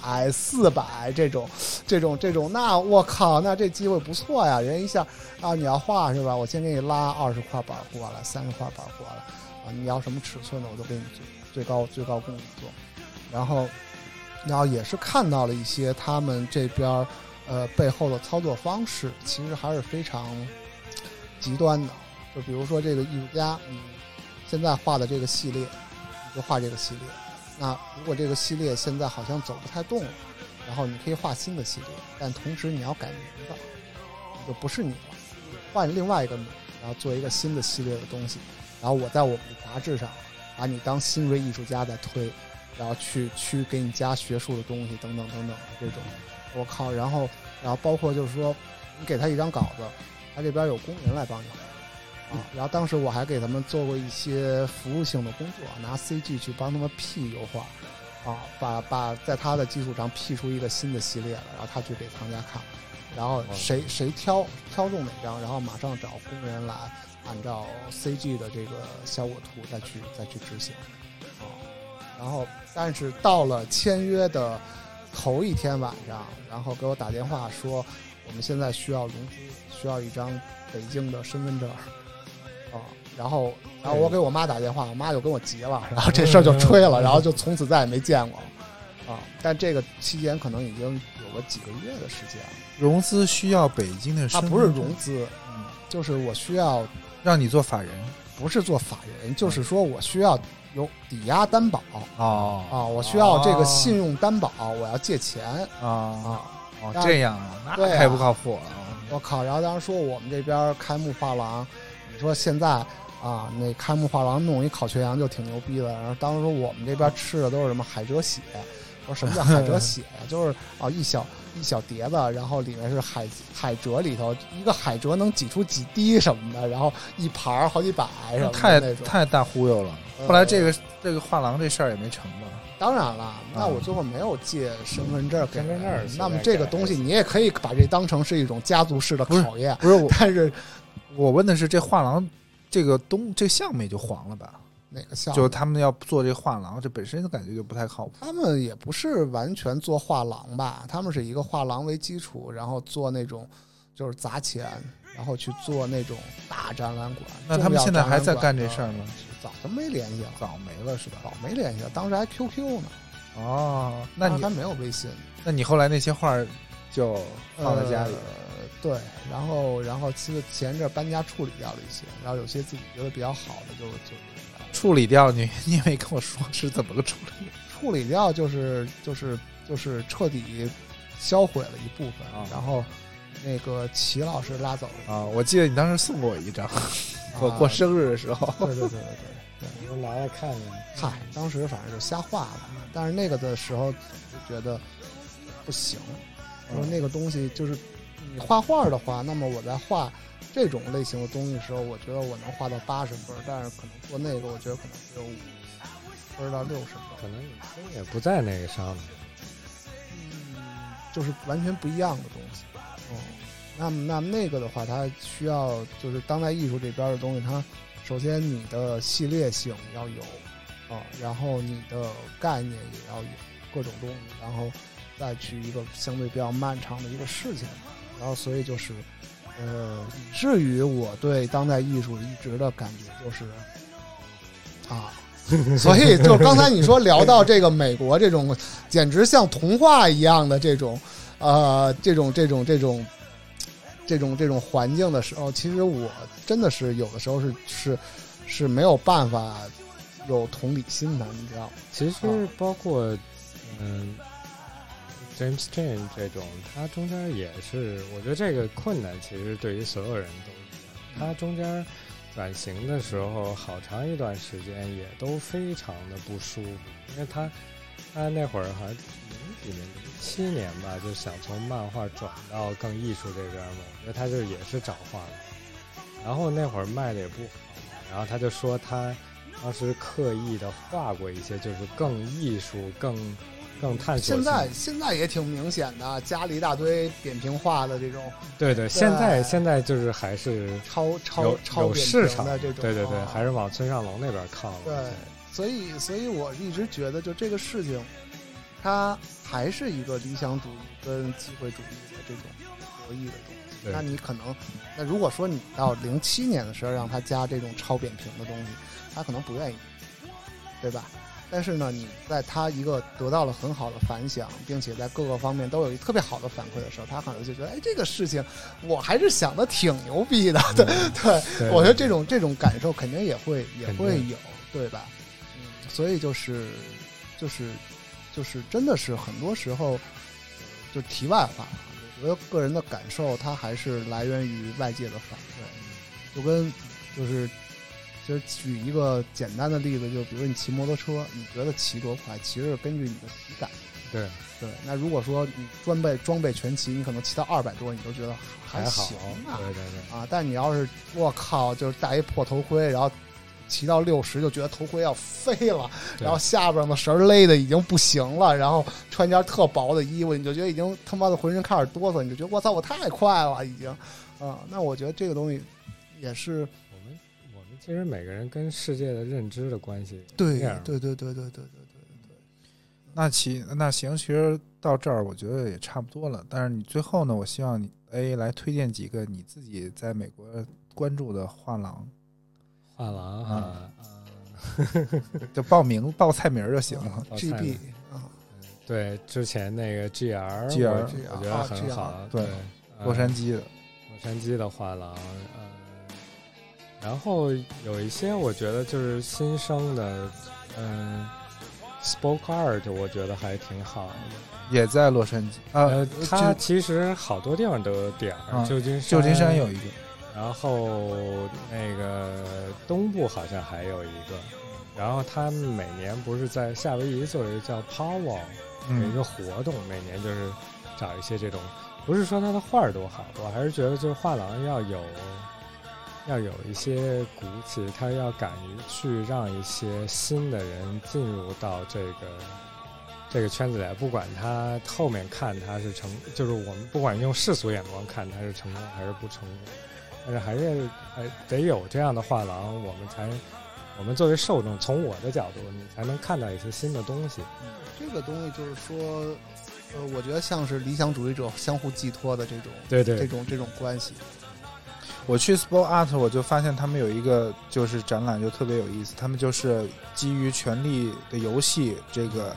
300-400这种，那我靠，那这机会不错呀！人一下你要画是吧？我先给你拉20块板过来，30块板过来你要什么尺寸的我都给你做最高供你做，然后也是看到了一些他们这边背后的操作方式，其实还是非常极端的。就比如说这个艺术家，现在画的这个系列，你就画这个系列。那如果这个系列现在好像走不太动了，然后你可以画新的系列，但同时你要改名字，你就不是你了，换另外一个名，然后做一个新的系列的东西。然后我在我们的杂志上把你当新锐艺术家在推，然后去给你加学术的东西等等等等这种，我靠！然后包括就是说，你给他一张稿子，他这边有工人来帮你画然后当时我还给他们做过一些服务性的工作，拿 CG 去帮他们 P 油画把在他的基础上 P 出一个新的系列来，然后他去给藏家看，然后谁挑中哪张，然后马上找工人来按照 CG 的这个效果图再去执行然后但是到了签约的头一天晚上，然后给我打电话说我们现在需要融资，需要一张北京的身份证然后我给我妈打电话，我妈就跟我急了，然后这事儿就吹了，然后就从此再也没见过但这个期间可能已经有了几个月的时间了。 融资需要北京的身份证？ 不是融资就是我需要让你做法人， 不是做法人，就是说我需要有抵押担保我需要这个信用担保，我要借钱这样那太不靠谱了我靠！然后当时说我们这边开幕画廊，你说现在那开幕画廊弄一烤全羊就挺牛逼的。然后当时说我们这边吃的都是什么海蜇血，我说什么叫海蜇血就是一小碟子，然后里面是海蜇，里头一个海蜇能挤出几滴什么的，然后一盘好几百什么的那种， 太大忽悠了。后来这个画廊这事儿也没成吧？ 当然了，那我最后没有借身份证给那么这个东西你也可以把这当成是一种家族式的考验。 不是但是我问的是这画廊这个项目也就黄了吧？ 哪个项目？ 就是他们要做这画廊，这本身感觉就不太靠谱。 他们也不是完全做画廊吧，他们是一个画廊为基础，然后做那种就是砸钱，然后去做那种大展览馆。 那他们现在还在干这事儿吗？ 早就没联系了， 早没了是吧？ 早没联系了，当时还 QQ 呢。 哦，那你他没有微信， 那你后来那些画就放在家里？ 对，然后前阵搬家处理掉了一些，然后有些自己觉得比较好的就处理掉。你也没跟我说是怎么个处理？ 处理掉就是彻底销毁了一部分，然后那个齐老师拉走了啊。我记得你当时送过我一张，我过生日的时候。 对， 我拿来看看。 嗨，当时反正就瞎画了，但是那个的时候就觉得不行，说那个东西就是你画画的话，那么我在画这种类型的东西的时候，我觉得我能画到80分，但是可能做那个，我觉得可能只有50分到60分， 可能你心也不在那个上面， 就是完全不一样的东西。那么那个的话，它需要就是当代艺术这边的东西，它首先你的系列性要有然后你的概念也要有各种东西，然后再去一个相对比较漫长的一个事情，然后所以就是以至于我对当代艺术一直的感觉就是所以就刚才你说聊到这个美国这种简直像童话一样的这种环境的时候，其实我真的是有的时候是没有办法有同理心的，你知道吗？ 其实包括James Chan 这种，他中间也是，我觉得这个困难其实对于所有人都一样。他中间转型的时候，好长一段时间也都非常的不舒服，因为他那会儿好像07年吧，就想从漫画转到更艺术这边嘛。我觉得他就也是找画的，然后那会儿卖的也不好，然后他就说他当时刻意的画过一些，就是更艺术、更探索。 现在也挺明显的，加了一大堆扁平化的这种。 对，现在就是还是超有市场的这种。 对，还是往村上龙那边靠了。 对，所以我一直觉得，就这个事情，它还是一个理想主义跟机会主义的这种博弈的东西。那你可能，那如果说你到07年的时候让他加这种超扁平的东西，他可能不愿意，对吧？但是呢，你在他一个得到了很好的反响，并且在各个方面都有一特别好的反馈的时候，他可能就觉得，这个事情我还是想的挺牛逼的。对，我觉得这种感受肯定也会有，对吧？所以就是真的是很多时候，就题外话，我觉得个人的感受它还是来源于外界的反馈，就跟就举一个简单的例子，就比如你骑摩托车，你觉得骑多快，其实是根据你的体感。对，那如果说你装备全齐，你可能骑到200多，你都觉得还行啊。对，但你要是我靠，就是戴一破头盔，然后骑到60就觉得头盔要飞了，然后下边的绳勒的已经不行了，然后穿件特薄的衣服，你就觉得已经他妈的浑身开始哆嗦，你就觉得我操，我太快了已经。那我觉得这个东西也是我们其实每个人跟世界的认知的关系。 对。 那行，其实到这儿我觉得也差不多了。但是你最后呢，我希望你来推荐几个你自己在美国关注的画廊。就报菜名就行了。 GB 对，之前那个 GR 我觉得很好。对， 洛杉矶的画廊。然后有一些我觉得就是新生的Spoke Art 我觉得还挺好的， 也在洛杉矶。 它其实好多地方都有点儿，旧金山有一个， 然后那个东部好像还有一个，然后他们每年不是在夏威夷做一个叫 Powwow 有一个活动，每年就是找一些这种，不是说他的画多好，我还是觉得就是画廊要有一些骨气，他要敢于去让一些新的人进入到这个圈子里来，不管他后面看他是就是我们不管用世俗眼光看他是成功还是不成功，但是还是得有这样的画廊，我们作为受众，从我的角度，你才能看到一些新的东西。 这个东西就是说，我觉得像是理想主义者相互寄托的这种， 对这种关系。 我去 Spoke Art 我就发现他们有一个就是展览就特别有意思，他们就是基于权力的游戏这个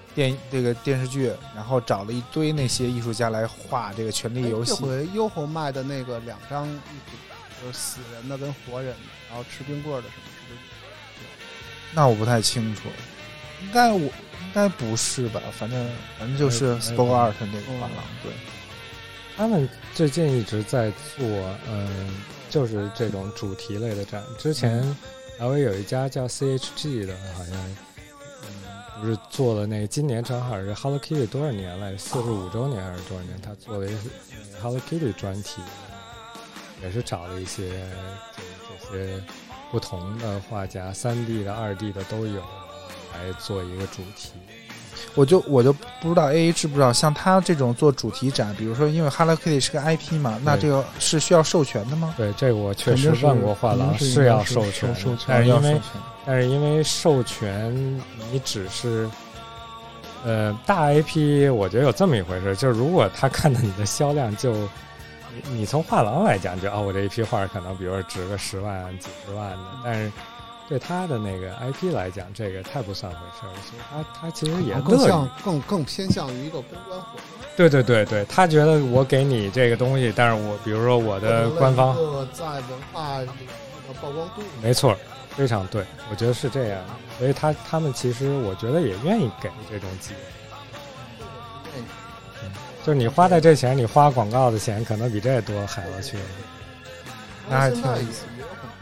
这个电视剧，然后找了一堆那些艺术家来画这个《权力游戏》。 这回优酷卖的那个2张艺术，就是死人的跟活人的，然后吃冰棍的什么，是不是？ 那我不太清楚，应该不是吧？反正就是 Spoke Art 那个画廊，对。 他们最近一直在做，就是这种主题类的展。之前LA有一家叫 CHG 的，好像，不是做了那个，今年正好是 Hello Kitty 多少年来，45周年还是多少年？他做了一个 Hello Kitty 专题，也是找了一些这些不同的画家，3D 的、2D 的都有，来做一个主题。 我就不知道 AA 知不知道，像他这种做主题展，比如说因为 Hello Kitty 是个 IP 嘛，那这个是需要授权的吗？ 对，这个我确实问过画廊，是要授权，但是因为授权你只是大 IP， 我觉得有这么一回事，就是如果他看到你的销量，就你从画廊来讲，就我这一批画可能比如说值个10万、几十万的，但是对他的那个 IP 来讲，这个太不算回事了，所以他其实也更偏向于一个公关活动。对，他觉得我给你这个东西，但是我比如说我的官方在文化里的曝光度， 没错，非常对，我觉得是这样，所以他们其实我觉得也愿意给这种机会。就是你花在这钱，你花广告的钱可能比这多海了去了， 那还挺有意思。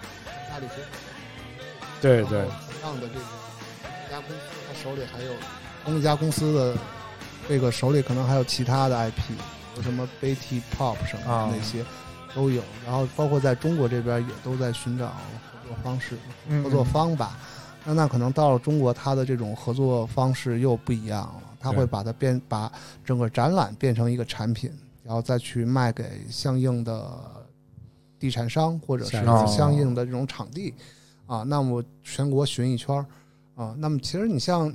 对， 同样的这个家公司，他手里还有同一家公司的这个手里可能还有其他的 IP， 有什么 Betty Pop 什么的那些都有，然后包括在中国这边也都在寻找合作方式、合作方吧。那可能到了中国，它的这种合作方式又不一样了，他会把整个展览变成一个产品，然后再去卖给相应的地产商或者是相应的这种场地。那么全国巡一圈那么其实你像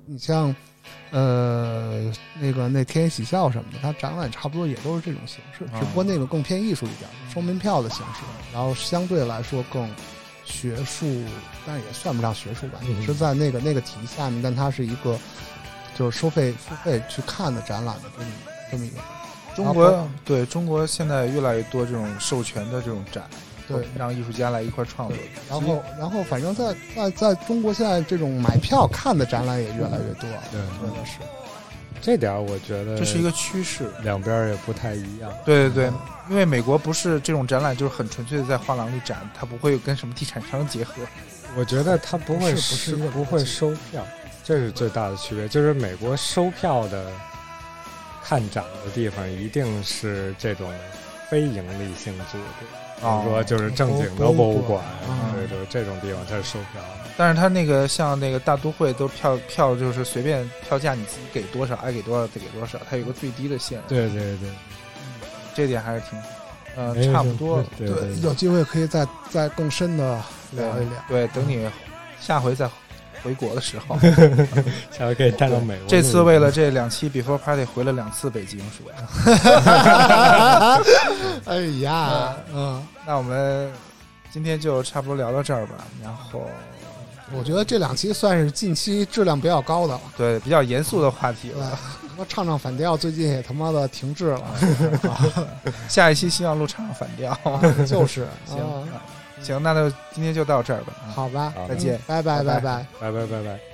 那天喜笑什么的，它展览差不多也都是这种形式，只不过那个更偏艺术一点，收门票的形式，然后相对来说更学术，但也算不上学术吧，也是在那个体系下面，但它是一个就是付费去看的展览的这么一个。 中国现在越来越多这种授权的这种展。对，让艺术家来一块创作。 然后，反正在中国现在这种买票看的展览也越来越多。 对， 真的是。 这点我觉得这是一个趋势， 两边也不太一样。 对，因为美国不是这种展览，就是很纯粹的在画廊里展，它不会跟什么地产商结合。 我觉得它不会收票，这是最大的区别。就是美国收票的看展的地方一定是这种非盈利性组织。比如说就是正经的博物馆，对，这种地方它是收票， 但是它那个像那个大都会都票就是随便票价，你自己给多少爱给多少再给多少，它有个最低的线。 对， 这点还是挺差不多。 对， 有机会可以再更深的聊一聊。 对，等你下回再回国的时候， 下回可以带到美国。 这次为了这2期 Before Party 回了2次北京，是吧？ 哎呀， 那我们今天就差不多聊到这儿吧。然后， 我觉得这2期算是近期质量比较高的了， 对，比较严肃的话题了。 唱反调最近也他妈的停滞了， 下一期希望录唱反调， 就是行，那就今天就到这儿吧。 好吧， 再见， 拜拜。